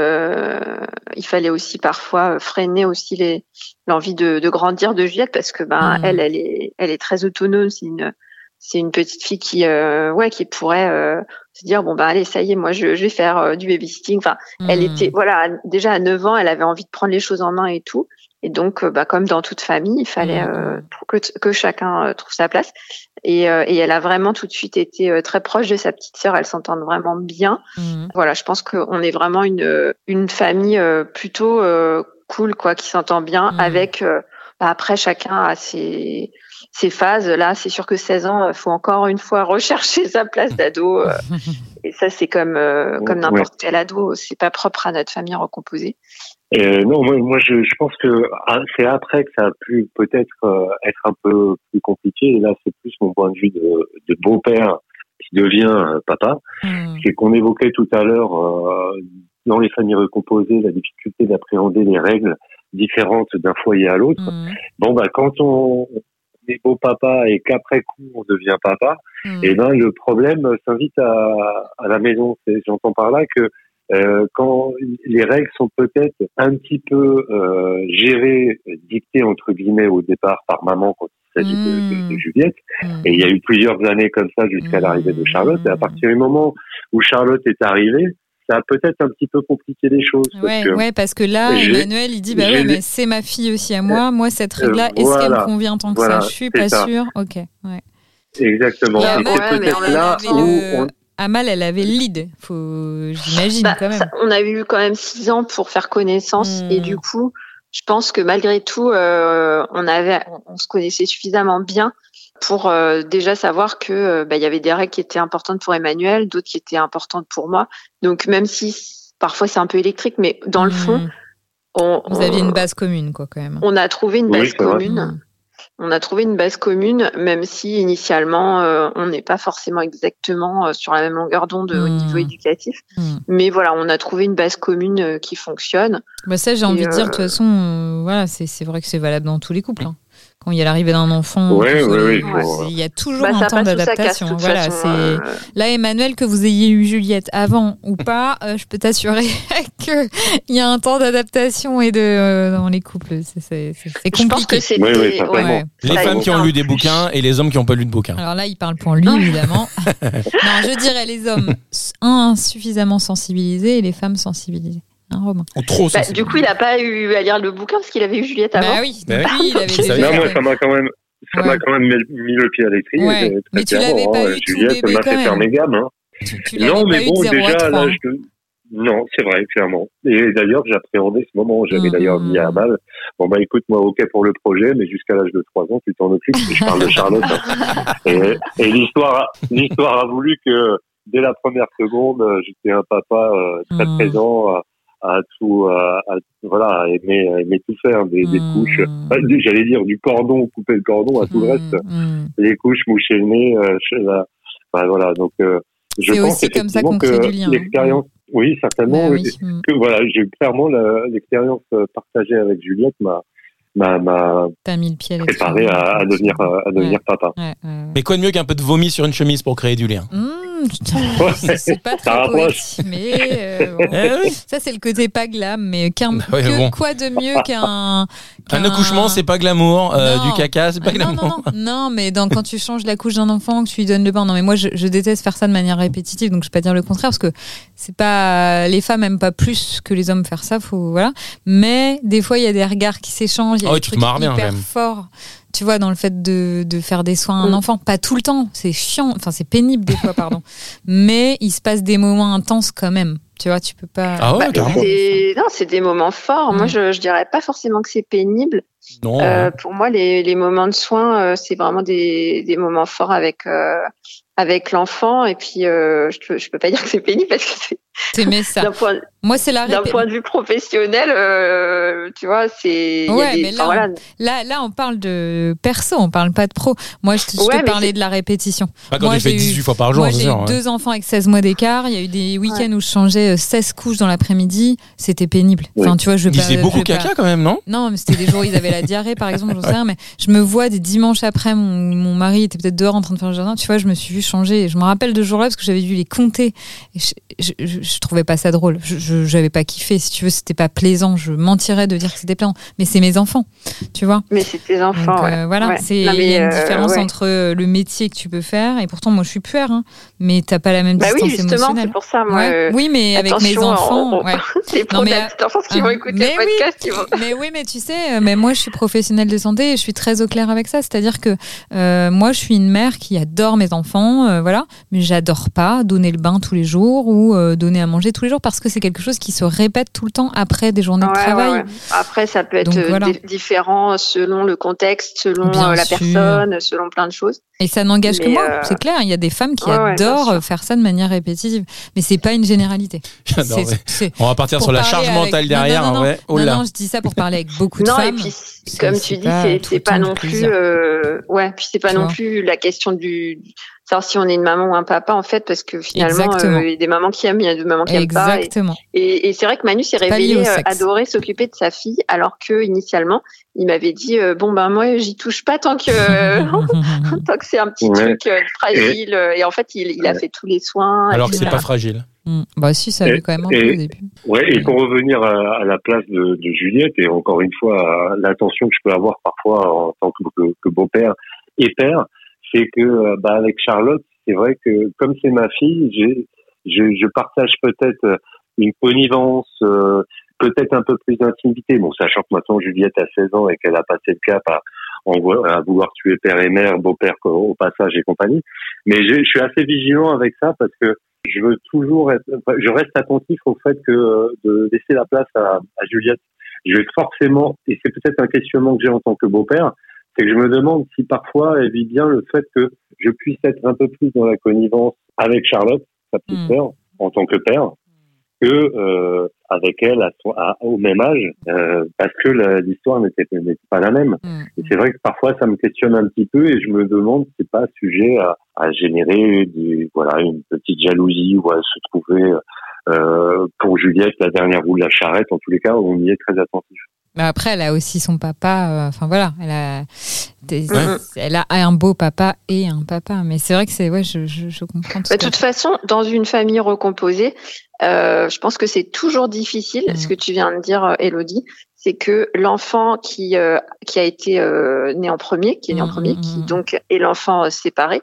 parfois freiner aussi l'envie de grandir de Juliette, parce que elle est très autonome. C'est une petite fille qui pourrait se dire allez, ça y est, moi je vais faire du babysitting. Enfin, elle était déjà à 9 ans, elle avait envie de prendre les choses en main et tout. Et donc comme dans toute famille, il fallait que chacun trouve sa place. Et elle a vraiment tout de suite été très proche de sa petite sœur, elles s'entendent vraiment bien. Voilà, je pense qu'on est vraiment une famille plutôt cool, quoi, qui s'entend bien avec après chacun a ses phases. Là, c'est sûr que 16 ans, faut encore une fois rechercher sa place d'ado. Et ça, c'est comme n'importe quel ado. C'est pas propre à notre famille recomposée. Non, moi, je pense que c'est après que ça a pu peut-être être un peu plus compliqué. Et là, c'est plus mon point de vue de beau-père qui devient papa. C'est qu'on évoquait tout à l'heure dans les familles recomposées, la difficulté d'appréhender les règles différentes d'un foyer à l'autre. Bon, quand on est beau papa et qu'après coup on devient papa, et le problème s'invite à la maison. J'entends par là que quand les règles sont peut-être un petit peu gérées, dictées entre guillemets au départ par maman quand il s'agit de Juliette, et il y a eu plusieurs années comme ça jusqu'à l'arrivée de Charlotte, et à partir du moment où Charlotte est arrivée, ça a peut-être un petit peu compliqué les choses. Parce que là, Emmanuel, il dit, mais c'est ma fille aussi à moi. Moi, cette règle-là, est-ce qu'elle me convient tant que ça? Je suis pas sûre. Ok. Ouais. Exactement. Et c'est peut-être là où Amal, elle avait le lead, j'imagine quand même. On a eu quand même 6 ans pour faire connaissance et du coup, je pense que malgré tout, on se connaissait suffisamment bien pour déjà savoir que il y avait des règles qui étaient importantes pour Emmanuel, d'autres qui étaient importantes pour moi. Donc même si parfois c'est un peu électrique, mais dans le fond, vous aviez une base commune quand même. On a trouvé une base commune. On a trouvé une base commune, même si initialement on n'est pas forcément exactement sur la même longueur d'onde au niveau éducatif. Mais voilà, on a trouvé une base commune qui fonctionne. Ça, j'ai envie de dire, de toute façon, c'est vrai que c'est valable dans tous les couples. Quand il y a l'arrivée d'un enfant, il y a toujours un temps d'adaptation. Là, Emmanuel, que vous ayez eu Juliette avant ou pas, je peux t'assurer qu'il y a un temps d'adaptation dans les couples. C'est compliqué. Je pense que c'est les femmes qui ont lu des bouquins et les hommes qui n'ont pas lu de bouquins. Alors là, il parle pour lui, évidemment. Non, je dirais les hommes insuffisamment sensibilisés et les femmes sensibilisées. Romain. Trop du coup, il n'a pas eu à lire le bouquin parce qu'il avait eu Juliette avant. Il avait non, moi, ça m'a quand même mis le pied à l'étrier. Mais tu l'avais pas eu Juliette, tout bébé m'a fait faire mes gammes. Non, mais bon, déjà, là, non, c'est vrai, clairement. Et d'ailleurs, j'appréhendais ce moment. J'avais d'ailleurs dit à Amal, écoute, moi, ok pour le projet, mais jusqu'à l'âge de 3 ans, tu t'en occupes. Je parle de Charlotte. Et l'histoire a voulu que, dès la première seconde, j'étais un papa très présent, à aimer tout faire, des couches, j'allais dire du cordon, couper le cordon à tout le reste, les couches, moucher le nez, donc je c'est pense aussi comme ça qu'on crée du lien. L'expérience, oui, certainement, que j'ai eu clairement l'expérience partagée avec Juliette T'as mis le pied préparé à devenir papa. Mais quoi de mieux qu'un peu de vomi sur une chemise pour créer du lien? C'est pas très poétique, mais ça c'est le côté pas glam, mais quoi de mieux qu'un accouchement, c'est pas glamour, du caca, c'est pas glamour. Non, mais quand tu changes la couche d'un enfant, que tu lui donnes le bain, non mais moi je déteste faire ça de manière répétitive, donc je peux pas dire le contraire parce que c'est pas, les femmes aiment pas plus que les hommes faire ça, mais des fois il y a des regards qui s'échangent, il y a des trucs hyper forts. Tu vois, dans le fait de faire des soins à un enfant, pas tout le temps, c'est chiant, c'est pénible des fois, pardon. Mais il se passe des moments intenses quand même. Tu vois, tu peux pas. C'est des moments forts. Moi, je dirais pas forcément que c'est pénible. Non. Pour moi, les moments de soins, c'est vraiment des moments forts avec l'enfant. Et puis, je peux pas dire que c'est pénible parce que t'aimais ça. Moi, c'est d'un point de vue professionnel, tu vois, c'est. Mais là, on parle de perso, on parle pas de pro. Moi, je te parlais de la répétition. Quand tu fais 18 fois par jour, moi, j'ai eu 2 enfants avec 16 mois d'écart. Il y a eu des week-ends où je changeais 16 couches dans l'après-midi. C'était pénible. Enfin, tu vois, ils faisaient beaucoup caca quand même, non? Non, mais c'était des jours où ils avaient la diarrhée, par exemple, j'en sais rien. Mais je me vois des dimanches après, mon mari était peut-être dehors en train de faire le jardin. Tu vois, je me suis vue changer. Et je me rappelle de ce jour-là parce que j'avais dû les compter. Et je trouvais pas ça drôle. J'avais pas kiffé, si tu veux, c'était pas plaisant. Je mentirais de dire que c'était plaisant. Mais c'est mes enfants, tu vois. Mais c'est tes enfants. Donc, il y a une différence entre le métier que tu peux faire. Et pourtant, moi, je suis puère, mais t'as pas la même distance émotionnelle. Oui, justement, c'est pour ça. Moi, oui, mais avec mes enfants. Les pros d'enfants qui vont écouter le podcast. Mais oui, mais tu sais, moi, je suis professionnelle de santé et je suis très au clair avec ça. C'est-à-dire que moi, je suis une mère qui adore mes enfants, mais j'adore pas donner le bain tous les jours ou donner à manger tous les jours parce que c'est quelque chose qui se répète tout le temps après des journées de travail. Après, ça peut être différent selon le contexte, selon la personne, selon plein de choses. Et ça n'engage que moi, c'est clair. Il y a des femmes qui adorent faire ça de manière répétitive, mais c'est pas une généralité. On va partir sur la charge mentale derrière. Non, je dis ça pour parler avec beaucoup de femmes. Et puis, comme tu dis, c'est pas non plus. Puis c'est pas non plus la question du. savoir si on est une maman ou un papa en fait, parce que finalement il y a des mamans qui aiment, il y a des mamans qui aiment pas. Et c'est vrai que Manu s'est révélé adorer s'occuper de sa fille, alors que initialement il m'avait dit moi j'y touche pas tant que tant que c'est un petit truc fragile. Et en fait il a fait tous les soins. Alors que c'est pas fragile. Bah si, ça avait quand même un peu au début. Ouais, et pour revenir à la place de Juliette, et encore une fois, l'attention que je peux avoir parfois en tant que beau-père et père, c'est que avec Charlotte, c'est vrai que comme c'est ma fille, je partage peut-être une connivence, peut-être un peu plus d'intimité. Bon, sachant que maintenant Juliette a 16 ans et qu'elle a passé le cap à vouloir tuer père et mère, beau-père au passage et compagnie. Mais je suis assez vigilant avec ça parce que je reste attentif au fait que de laisser la place à Juliette. Je vais forcément, et c'est peut-être un questionnement que j'ai en tant que beau-père, c'est que je me demande si parfois elle vit bien le fait que je puisse être un peu plus dans la connivence avec Charlotte, sa petite sœur, en tant que père, que avec elle au même âge, parce que l'histoire n'était pas la même. Et c'est vrai que parfois ça me questionne un petit peu et je me demande si c'est pas sujet à générer une petite jalousie ou à se trouver pour Juliette la dernière roue de la charrette. En tous les cas, on y est très attentif. Après, elle a aussi son papa. Elle a un beau papa et un papa. Mais c'est vrai que je comprends. De toute façon, dans une famille recomposée, je pense que c'est toujours difficile. Ce que tu viens de dire, Élodie, c'est que l'enfant qui a été né en premier, qui donc est l'enfant séparé,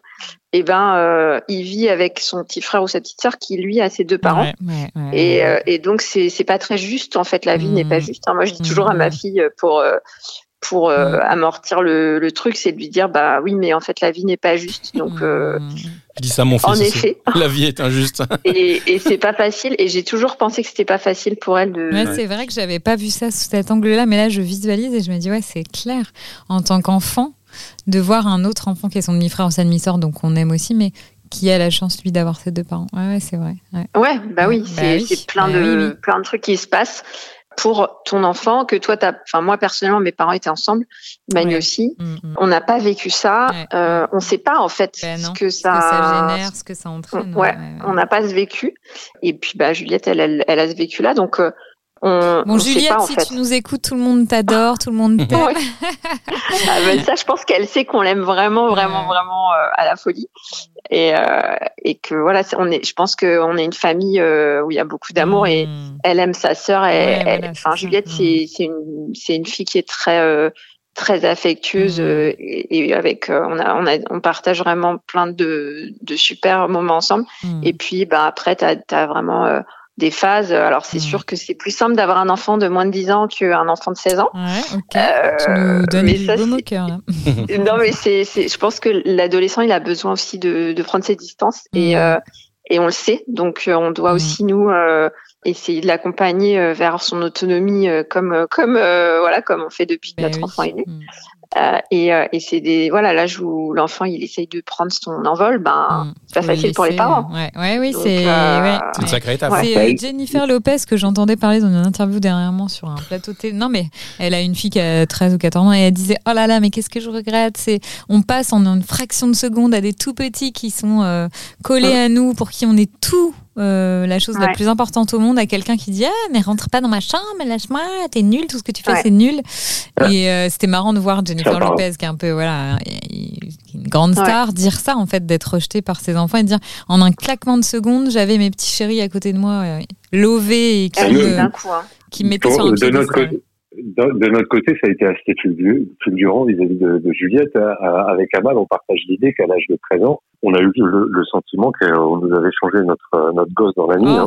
il vit avec son petit frère ou sa petite sœur qui lui a ses deux parents. Et donc c'est pas très juste en fait. La vie n'est pas juste. Moi, je dis toujours à ma fille pour amortir le truc, c'est de lui dire oui, mais en fait la vie n'est pas juste. Donc je dis ça à mon fils. En effet, la vie est injuste. et c'est pas facile. Et j'ai toujours pensé que c'était pas facile pour elle de. Ouais, c'est vrai que j'avais pas vu ça sous cet angle-là, mais là je visualise et je me dis c'est clair. En tant qu'enfant, de voir un autre enfant qui est son demi-frère ou sa demi-sœur, donc on aime aussi, mais qui a la chance lui d'avoir ses deux parents. Ouais, c'est vrai. C'est plein de trucs qui se passent pour ton enfant que toi moi personnellement mes parents étaient ensemble, Manu aussi. On n'a pas vécu ça. On sait pas en fait ce que ça génère, ce que ça entraîne. On n'a pas ce vécu. Et puis Juliette elle a ce vécu là, donc Juliette, pas, si tu nous écoutes, tout le monde t'adore, tout le monde t'aime. Ça, je pense qu'elle sait qu'on l'aime vraiment, vraiment, vraiment à la folie. Et que voilà, je pense qu'on est une famille où il y a beaucoup d'amour et elle aime sa sœur. Juliette, c'est une fille qui est très très affectueuse et avec on partage vraiment plein de super moments ensemble. Et puis après t'as vraiment des phases. Alors c'est sûr que c'est plus simple d'avoir un enfant de moins de 10 ans qu'un enfant de 16 ans. Ouais, ok. Tu nous donnes du baume au cœur là. Non mais je pense que l'adolescent il a besoin aussi de prendre ses distances et on le sait. Donc on doit aussi nous essayer de l'accompagner vers son autonomie comme on fait depuis que notre enfant est né. Et c'est l'âge où l'enfant il essaye de prendre son envol, c'est pas facile pour les parents. Donc, c'est une sacrée étape. C'est Jennifer Lopez que j'entendais parler dans une interview dernièrement sur un plateau télé. Non mais elle a une fille qui a 13 ou 14 ans et elle disait oh là là mais qu'est-ce que je regrette, on passe en une fraction de seconde à des tout petits qui sont collés à nous, pour qui on est tout. La chose la plus importante au monde, à quelqu'un qui dit mais rentre pas dans ma chambre, lâche-moi, t'es nul, tout ce que tu fais c'est nul. Et c'était marrant de voir Jennifer Lopez qui est un peu une grande star dire ça en fait, d'être rejetée par ses enfants et de dire en un claquement de secondes j'avais mes petits chéris à côté de moi lovés et qui me mettaient sur un pied. De notre côté, ça a été assez fulgurant vis-à-vis de Juliette. Avec Amal, on partage l'idée qu'à l'âge de 13 ans, on a eu le sentiment qu'on nous avait changé notre gosse dans la nuit.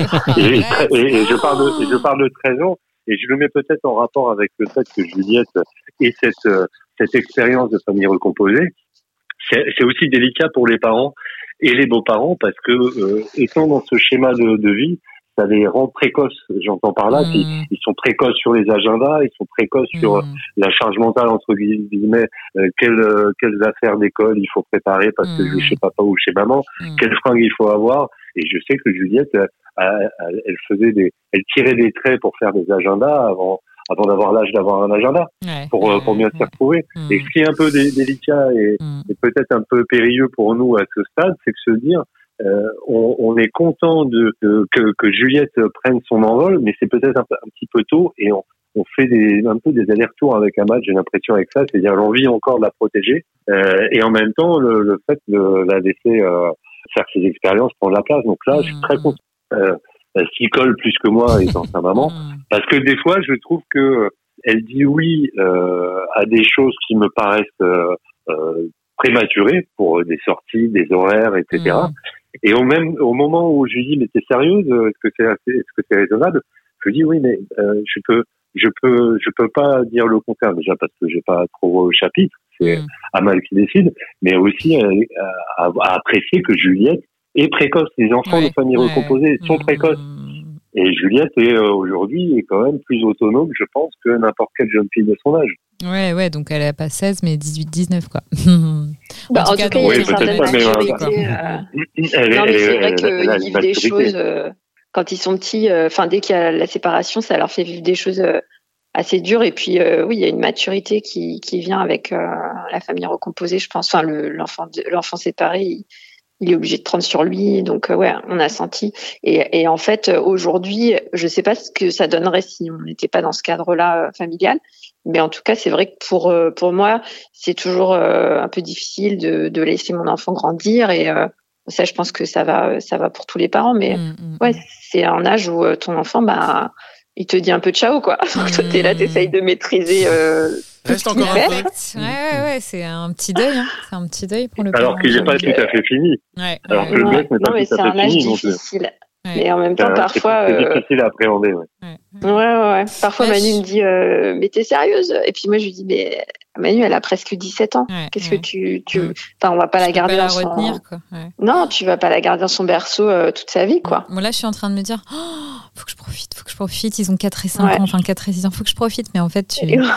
Et je parle de 13 ans, et je le mets peut-être en rapport avec le fait que Juliette ait cette expérience de famille recomposée. C'est aussi délicat pour les parents et les beaux-parents parce que étant dans ce schéma de vie, ça les rend précoces. J'entends par là qu'ils sont précoces sur les agendas, ils sont précoces sur la charge mentale entre guillemets, quelles affaires d'école il faut préparer parce que je vais chez papa ou chez maman, quelles fringues il faut avoir. Et je sais que Juliette, elle tirait des traits pour faire des agendas avant d'avoir l'âge d'avoir un agenda pour bien s'y retrouver. Et ce qui est un peu délicat et peut-être un peu périlleux pour nous à ce stade, c'est de se dire on est content que Juliette prenne son envol, mais c'est peut-être un petit peu tôt et on fait un peu des allers-retours avec Amal, j'ai l'impression avec ça, c'est-à-dire l'envie encore de la protéger et en même temps le fait de la laisser faire ses expériences, prendre la place. Donc là, je suis très content. Elle s'y colle plus que moi étant sa maman, parce que des fois, je trouve que elle dit oui à des choses qui me paraissent prématurées pour des sorties, des horaires, etc. Et au moment où je lui dis mais t'es sérieuse, est-ce que c'est raisonnable, je lui dis oui mais je peux pas dire le contraire, déjà parce que j'ai pas trop chapitre, c'est Amal qui décide, mais aussi à apprécier que Juliette est précoce. Les enfants de famille recomposée sont précoces. Et Juliette aujourd'hui quand même plus autonome, je pense, que n'importe quelle jeune fille de son âge. Ouais, donc elle a pas 16, mais 18-19, quoi. En tout cas, il y a une certaine maturité. Non, mais c'est vrai qu'ils vivent des choses quand ils sont petits. Dès qu'il y a la séparation, ça leur fait vivre des choses assez dures. Et puis, oui, il y a une maturité qui vient avec la famille recomposée, je pense. Enfin, l'enfant séparé, il est obligé de prendre sur lui. Donc, on a senti. Et en fait, aujourd'hui, je sais pas ce que ça donnerait si on n'était pas dans ce cadre-là familial. Mais en tout cas, c'est vrai que pour moi, c'est toujours un peu difficile de laisser mon enfant grandir. Et ça, je pense que ça va pour tous les parents. Mais c'est un âge où ton enfant, il te dit un peu ciao, quoi. Donc toi, t'es là, t'essayes de maîtriser. Reste encore un peu. Ouais, c'est un petit deuil. Hein. C'est un petit deuil pour le alors qu'il n'est pas tout à fait fini. Alors que le blesse n'est pas tout à fait fini. C'est un âge difficile. Et en même temps, parfois. C'est difficile à appréhender. Ouais. Parfois, Manu me dit mais t'es sérieuse? Et puis moi, je lui dis mais Manu, elle a presque 17 ans. Qu'est-ce que tu Enfin, on va pas la garder dans son. Retenir, quoi. Non, tu vas pas la garder dans son berceau toute sa vie, quoi. Moi, là, je suis en train de me dire faut que je profite. Ils ont 4 et 5 ans, enfin 4 et 6 ans. Faut que je profite. Mais en fait,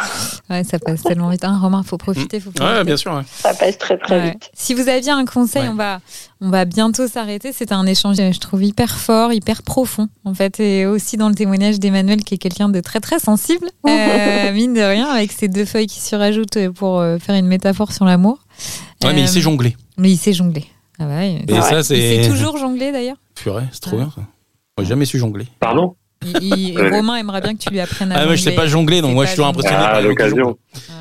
ça passe tellement vite. Romain, faut profiter. Ouais, bien sûr. Ouais. Ça passe très, très vite. Si vous aviez un conseil, on va bientôt s'arrêter. C'était un échange, je trouve, hyper fort, hyper profond, en fait. Et aussi dans le témoignage d'Emmanuel, qui est quelqu'un de très, très sensible, mine de rien, avec ces 2 feuilles qui se rajoutent pour faire une métaphore sur l'amour. Ouais, mais il sait jongler. Ah ouais. Et ça, c'est... Il sait toujours jongler, d'ailleurs. Purée, c'est trop bien, ça. Moi, j'ai jamais su jongler. Pardon? Romain aimerait bien que tu lui apprennes à jongler. Moi, je sais pas jongler, donc moi, je suis toujours impressionné par l'occasion.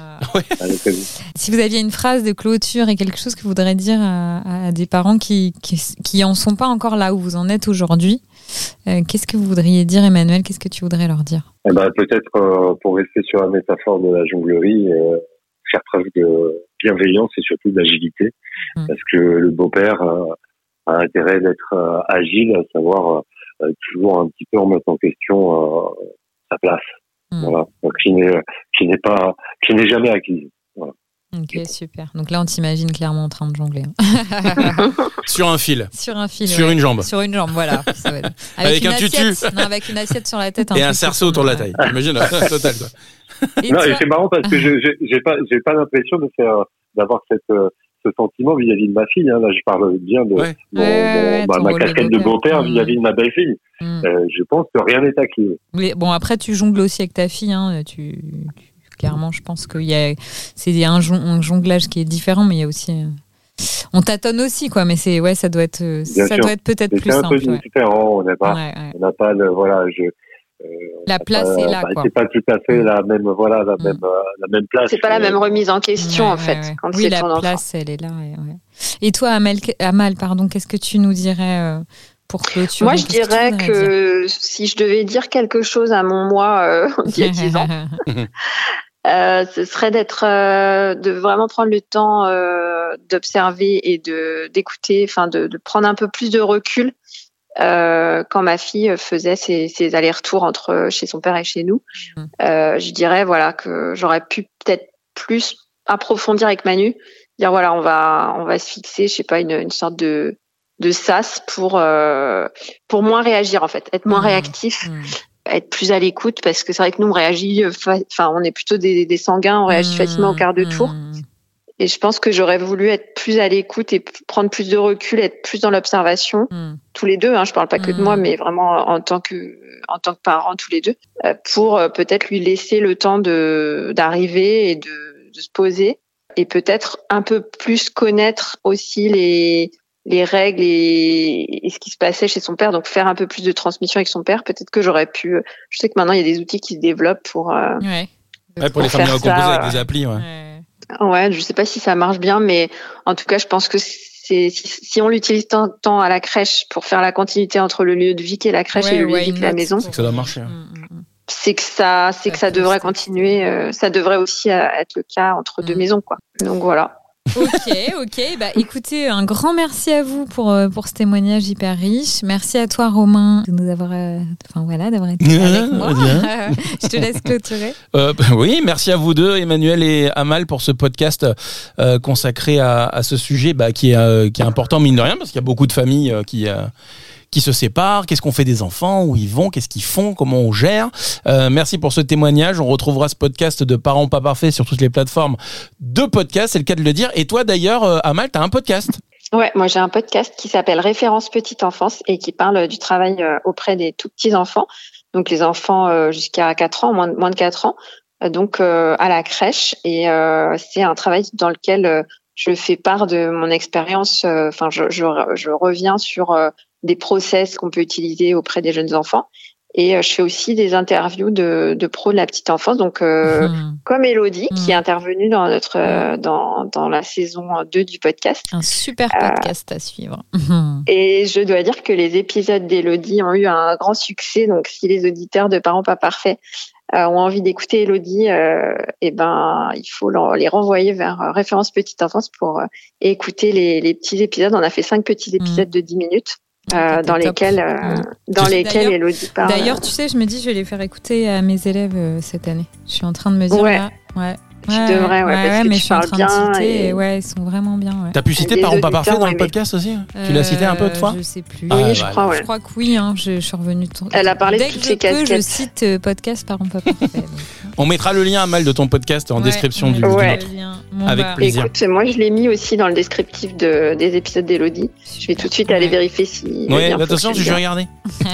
Si vous aviez une phrase de clôture et quelque chose que vous voudriez dire à des parents qui en sont pas encore là où vous en êtes aujourd'hui, qu'est-ce que vous voudriez dire, Emmanuel? Qu'est-ce que tu voudrais leur dire? Peut-être pour rester sur la métaphore de la jonglerie, faire preuve de bienveillance et surtout d'agilité, parce que le beau-père a intérêt d'être agile, à savoir toujours un petit peu remettre en question sa place. Voilà, donc qui n'est jamais acquise. Voilà. Ok, super. Donc là, on t'imagine clairement en train de jongler. Sur un fil. Sur une jambe. Sur une jambe, voilà. Avec un tutu. Non, avec une assiette sur la tête. Et un cerceau autour de la taille. Imagine, total. Quoi. Et c'est marrant parce que j'ai pas l'impression d'avoir ce sentiment vis-à-vis de ma fille. Là, je parle bien de ma casquette de beau-père vis-à-vis de ma belle-fille. Je pense que rien n'est acquis. Mais bon, après, tu jongles aussi avec ta fille. Clairement, je pense que c'est un jonglage qui est différent, mais il y a aussi... On tâtonne aussi, quoi, mais ça doit être peut-être plus simple. C'est un peu différent. On n'a pas la place est là, quoi. C'est pas tout à fait la même place. C'est pas la même remise en question, en fait. Quand oui, c'est la ton place, elle est là. Et toi, Amal, qu'est-ce que tu nous dirais pour clôturer? Moi, je dirais que si je devais dire quelque chose à mon moi d'il y a 10 ans, ce serait de vraiment prendre le temps d'observer et d'écouter, enfin de prendre un peu plus de recul. Quand ma fille faisait ses allers-retours entre chez son père et chez nous, je dirais que j'aurais pu peut-être plus approfondir avec Manu, dire on va se fixer, je sais pas, une sorte de sas pour moins réagir, en fait, être moins réactif, être plus à l'écoute, parce que c'est vrai que nous on réagit, on est plutôt des sanguins, on réagit facilement au quart de tour. Et je pense que j'aurais voulu être plus à l'écoute et prendre plus de recul, être plus dans l'observation, tous les deux. Je parle pas que de moi, mais vraiment en tant que parents, tous les deux, pour peut-être lui laisser le temps d'arriver et de se poser, et peut-être un peu plus connaître aussi les règles et ce qui se passait chez son père. Donc faire un peu plus de transmission avec son père. Peut-être que j'aurais pu. Je sais que maintenant il y a des outils qui se développent pour pour les familles recomposées avec des applis. Ouais, je sais pas si ça marche bien, mais en tout cas, je pense que si on l'utilise tant à la crèche pour faire la continuité entre le lieu de vie qu'est la crèche et le lieu de vie qu'est la maison, c'est que ça doit marcher. C'est que ça devrait continuer. Ça devrait aussi être le cas entre deux maisons, quoi. Donc voilà. Ok. Bah, écoutez, un grand merci à vous pour ce témoignage hyper riche. Merci à toi, Romain, de nous avoir, d'avoir été avec moi. Je te laisse clôturer. Oui, merci à vous deux, Emmanuel et Amal, pour ce podcast consacré à ce sujet qui est important, mine de rien, parce qu'il y a beaucoup de familles qui se séparent, qu'est-ce qu'on fait des enfants, où ils vont, qu'est-ce qu'ils font, comment on gère. Merci pour ce témoignage. On retrouvera ce podcast de Parents pas parfaits sur toutes les plateformes de podcast, c'est le cas de le dire. Et toi d'ailleurs, Amal, t'as un podcast? Ouais, moi j'ai un podcast qui s'appelle Référence Petite Enfance et qui parle du travail auprès des tout petits enfants, donc les enfants jusqu'à 4 ans, moins de 4 ans, donc à la crèche. Et c'est un travail dans lequel je fais part de mon expérience. Je reviens sur des process qu'on peut utiliser auprès des jeunes enfants. Et je fais aussi des interviews de pros de la petite enfance, donc comme Elodie qui est intervenue dans dans la saison 2 du podcast. Un super podcast à suivre. Et je dois dire que les épisodes d'Elodie ont eu un grand succès. Donc si les auditeurs de Parents pas parfaits ont envie d'écouter Elodie, il faut les renvoyer vers Référence Petite Enfance pour écouter les petits épisodes. On a fait 5 petits épisodes de 10 minutes. Dans lesquels Elodie parle. D'ailleurs, tu sais, je me dis, je vais les faire écouter à mes élèves cette année. Je suis en train de me dire là. Tu devrais, parce que mais tu parles bien. De citer, ils sont vraiment bien. Ouais. T'as pu citer Parents pas parfaits dans le podcast aussi? Tu l'as cité un peu de fois? Je sais plus. Oui, je crois. Je crois que oui. Je suis revenue. Elle a parlé de toutes ses casquettes. Je cite podcast Parents pas parfaits. On mettra le lien, Amal, de ton podcast en description du nôtre. Avec plaisir. Écoute, moi je l'ai mis aussi dans le descriptif des épisodes d'Elodie. Je vais tout de suite aller vérifier si. Oui, attention, je vais regarder.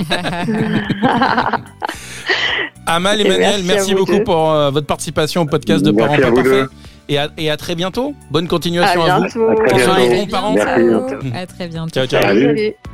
Amal, Emmanuel, merci beaucoup pour votre participation au podcast de Parents pas parfaits. Et à très bientôt. Bonne continuation à vous. À très bientôt. À très bientôt. Ciao. Salut.